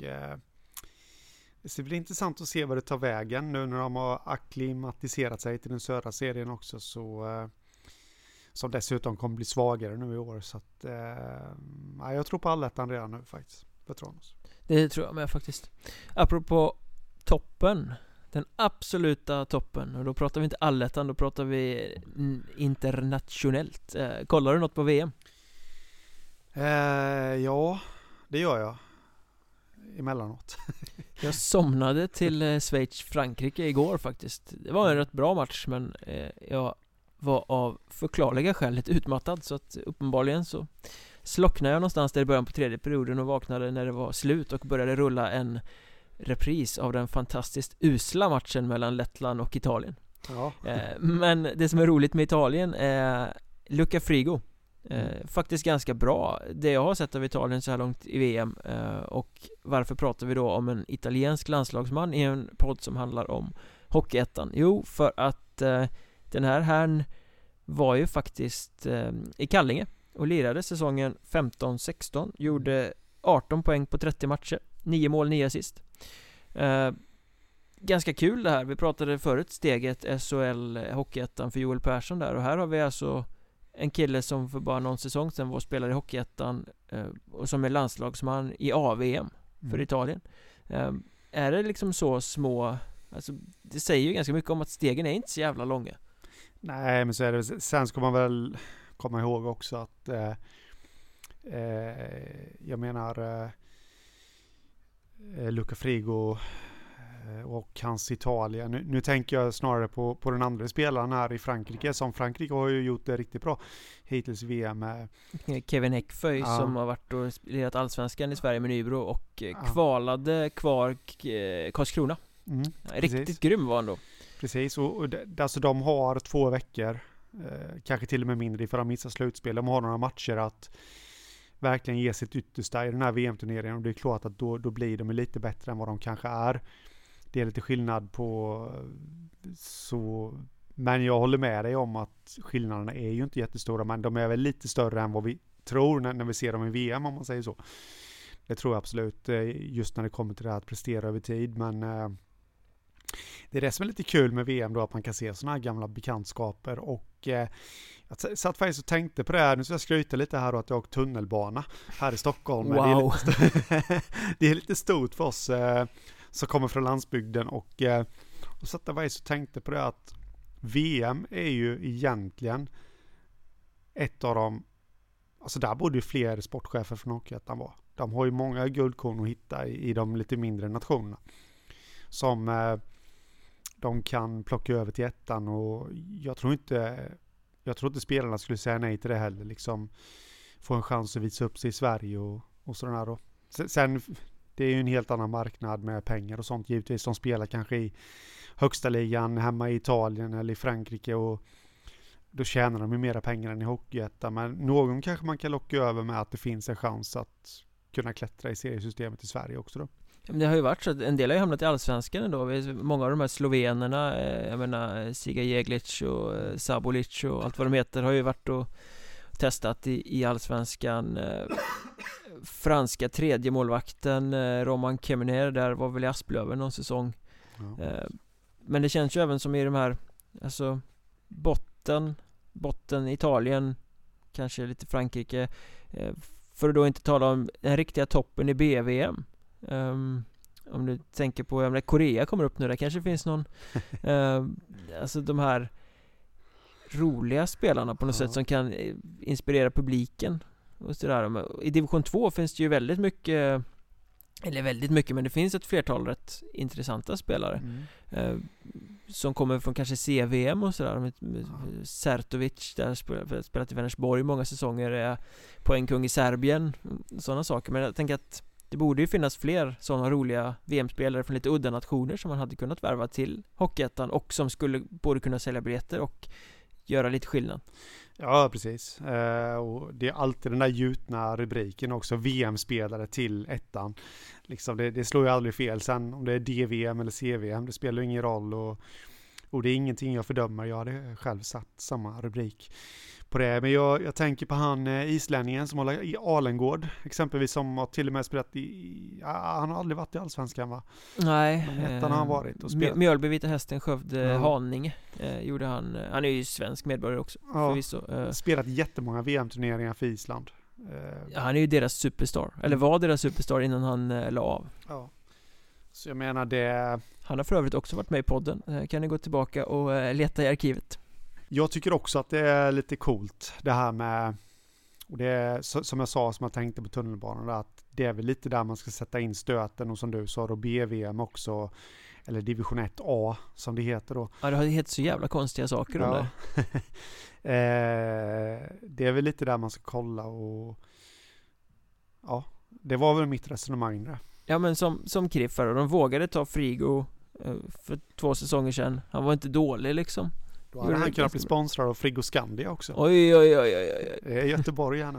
det ska bli intressant att se vad det tar vägen nu när de har akklimatiserat sig till den södra serien också, så som dessutom kommer bli svagare nu i år, så att jag tror på allettan redan nu faktiskt för Tranås. Det tror jag med faktiskt. Apropå toppen, den absoluta toppen, och då pratar vi inte allettan, då pratar vi internationellt. Kollar du något på VM? Ja, det gör jag emellanåt. Jag somnade till Schweiz-Frankrike igår faktiskt. Det var en rätt bra match, men jag var av förklarliga skäl lite utmattad, så att uppenbarligen så slocknade jag någonstans där i början på tredje perioden och vaknade när det var slut och började rulla en repris av den fantastiskt usla matchen mellan Lettland och Italien. Ja. Men det som är roligt med Italien är Luca Frigo. Faktiskt ganska bra det jag har sett av Italien så här långt i VM. Och varför pratar vi då om en italiensk landslagsman i en podd som handlar om Hockeyettan? Jo, för att den här var ju faktiskt i Kallinge och lirade säsongen 15-16, gjorde 18 poäng på 30 matcher, 9 mål, 9 assist. Ganska kul det här. Vi pratade förut steget SHL Hockeyettan för Joel Persson där, och här har vi alltså en kille som för bara någon säsong sedan var spelare i Hockeyettan och som är landslagsman i AVM för Italien. Är det liksom så små, alltså det säger ju ganska mycket om att stegen är inte så jävla långa. Nej, men så är det. Sen ska man väl komma ihåg också att jag menar Luca Frigo och hans Italien. Nu tänker jag snarare på den andra spelaren här i Frankrike, som Frankrike har ju gjort det riktigt bra hittills i VM. Kevin Häckföj som har varit och lirat allsvenskan i Sverige med Nybro och kvalade kvar Karlskrona. Riktigt precis. Grym var han då. Precis, och alltså de har 2 veckor, kanske till och med mindre för att missa slutspel. De har några matcher att verkligen ge sitt yttersta i den här VM-turneringen, och det är klart att då blir de lite bättre än vad de kanske är. Det är lite skillnad på så, men jag håller med dig om att skillnaderna är ju inte jättestora, men de är väl lite större än vad vi tror när vi ser dem i VM, om man säger så. Det tror jag absolut, just när det kommer till det här att prestera över tid, men det är det som är lite kul med VM då, att man kan se såna här gamla bekantskaper. Och jag satt faktiskt och tänkte på det här, nu ska jag skryta lite här då, att jag åkt tunnelbana här i Stockholm. Wow. Det är lite stort för oss som kommer från landsbygden, och satt jag faktiskt och tänkte på det att VM är ju egentligen ett av de alltså där borde ju fler sportchefer från Hockeyettan vara. De har ju många guldkorn att hitta i de lite mindre nationerna. Som de kan plocka över till ettan, och jag tror inte spelarna skulle säga nej till det heller. Liksom få en chans att visa upp sig i Sverige och sådana då. Sen, det är ju en helt annan marknad med pengar och sånt givetvis. De spelar kanske i högsta ligan hemma i Italien eller i Frankrike, och då tjänar de ju mera pengar än i Hockeyettan. Men någon kanske man kan locka över med att det finns en chans att kunna klättra i seriesystemet i Sverige också då. Det har ju varit så att en del har ju hamnat i Allsvenskan ändå. Många av de här slovenerna, jag menar Siga Jeglic och Sabolic och allt vad de heter, har ju varit och testat i Allsvenskan. Franska tredje målvakten Roman Kemener, där var väl i Asplöven någon säsong. Ja. Men det känns ju även som i de här, alltså botten Italien, kanske lite Frankrike, för att då inte tala om den riktiga toppen i BVM. Om du tänker på, jag menar, Korea kommer upp nu, där kanske finns någon alltså de här roliga spelarna på något sätt som kan inspirera publiken och så där. I division 2 finns det ju väldigt mycket, men det finns ett flertal rätt intressanta spelare som kommer från kanske CVM och sådär. Sertovic, där spelat i Vänersborg många säsonger, är poängkung i Serbien, sådana saker. Men jag tänker att det borde ju finnas fler sådana roliga VM-spelare från lite udda nationer som man hade kunnat värva till Hockeyettan, och som skulle både kunna sälja biljetter och göra lite skillnad. Ja, precis. Och det är alltid den där gjutna rubriken också, VM-spelare till ettan. Liksom det slår ju aldrig fel. Sen om det är DVM eller CVM, det spelar ingen roll. Och det är ingenting jag fördömer. Jag hade själv satt samma rubrik på det. Men jag tänker på han islänningen som håller i Alengård exempelvis, som har till och med spelat han har aldrig varit i Allsvenskan, va? Nej. Men ettan har han varit och spelat. Mjölby, Vita Hästen, Skövde, Haninge gjorde han. Han är ju svensk medborgare också, förvisso. Spelat jättemånga VM-turneringar för Island. Han är ju deras superstar, eller var deras superstar innan han la av. Ja. Så jag menar det. Han har för övrigt också varit med i podden. Kan ni gå tillbaka och leta i arkivet. Jag tycker också att det är lite coolt det här med, och det är som jag sa, som jag tänkte på tunnelbanan, att det är väl lite där man ska sätta in stöten, och som du sa då BVM också, eller division 1A som det heter då. Ja, det har hetat så jävla konstiga saker om det. Det är väl lite där man ska kolla, och ja, det var väl mitt resonemang där. Ja, men som Kriffar, och de vågade ta Frigo för 2 säsonger sedan. Han var inte dålig liksom. Då hade han kunnat bli sponsrad av Frigo Scandia också. Oj. Det är Göteborg här nu.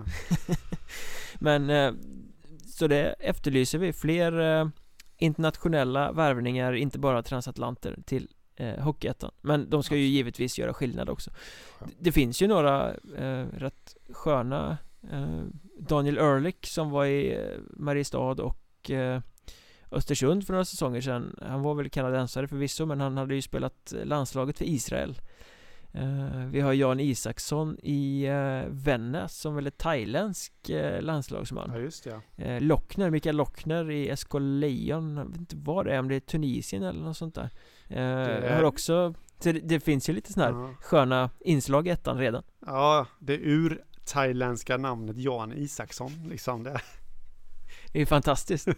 Men så det efterlyser vi fler internationella värvningar, inte bara transatlanter till Hockeyettan. Men de ska ju givetvis göra skillnad också. Ja. Det finns ju några rätt sköna, Daniel Ehrlich som var i Mariestad och Östersund för några säsonger sedan. Han var väl kanadensare förvisso, men han hade ju spelat landslaget för Israel. Vi har Jan Isaksson i Vännäs som väl är thailändsk landslagsman. Ja, just det. Mikael Lochner i SK Lejon. Jag vet inte vad det är, om det är Tunisien eller något sånt där. Har också, det finns ju lite sådana här sköna inslag i ettan redan. Ja, det thailändska namnet Jan Isaksson liksom det. Det är fantastiskt.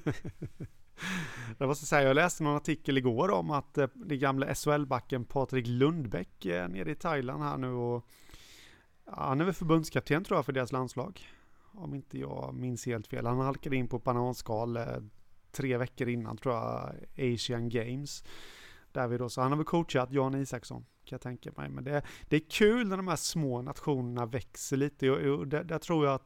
Jag måste säga, jag läste någon artikel igår om att det gamla SHL-backen Patrik Lundbäck är nere i Thailand här nu, och han är väl förbundskapten tror jag för deras landslag, om inte jag minns helt fel. Han halkade in på bananskal 3 veckor innan tror jag Asian Games där vi då, så han har väl coachat Jan Isaksson, kan jag tänka mig. Men det är kul när de här små nationerna växer lite, och där tror jag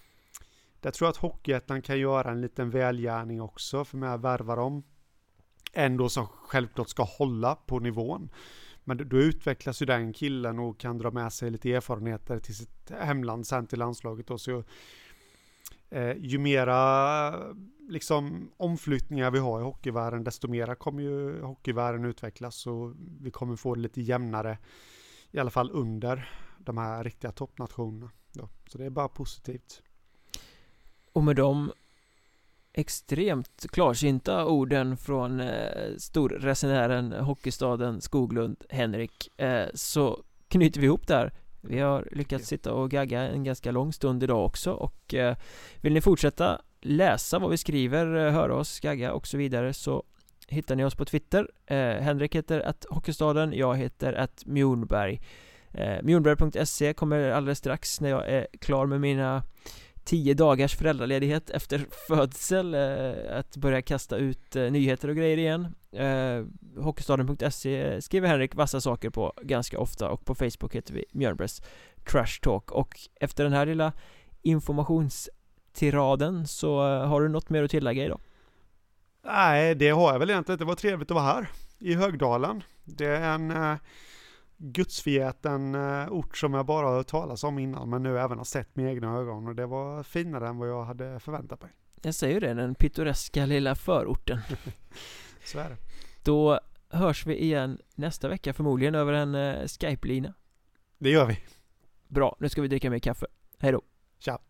att Hockeyettan kan göra en liten välgärning också, för med att värva dem ändå som självklart ska hålla på nivån. Men då utvecklas ju den killen och kan dra med sig lite erfarenheter till sitt hemland sen till landslaget. Och så, ju mera liksom omflyttningar vi har i hockeyvärlden, desto mera kommer ju hockeyvärlden utvecklas, och vi kommer få det lite jämnare, i alla fall under de här riktiga toppnationerna. Så det är bara positivt. Och med de extremt klarsynta orden från storresenären, hockeystaden Skoglund, Henrik, så knyter vi ihop där. Vi har lyckats sitta och gagga en ganska lång stund idag också. Och vill ni fortsätta läsa vad vi skriver, höra oss, gagga och så vidare, så hittar ni oss på Twitter. Henrik heter @Hockeystaden, jag heter @Mjornberg. Mjornberg.se kommer alldeles strax när jag är klar med mina 10 dagars föräldraledighet efter födsel, att börja kasta ut nyheter och grejer igen. Hockeystaden.se skriver Henrik vassa saker på ganska ofta, och på Facebook heter vi Mjörnbergs Trash Talk. Och efter den här lilla informationstiraden så har du något mer att tillägga idag? Nej, det har jag väl egentligen. Det var trevligt att vara här i Högdalen. Det är en gudsförgäten ort som jag bara har hört talas om innan, men nu även har sett med egna ögon, och det var finare än vad jag hade förväntat mig. Jag säger det, den pittoreska lilla förorten. Så är det. Då hörs vi igen nästa vecka, förmodligen över en Skype-lina. Det gör vi. Bra, nu ska vi dricka mer kaffe. Hej då. Tja.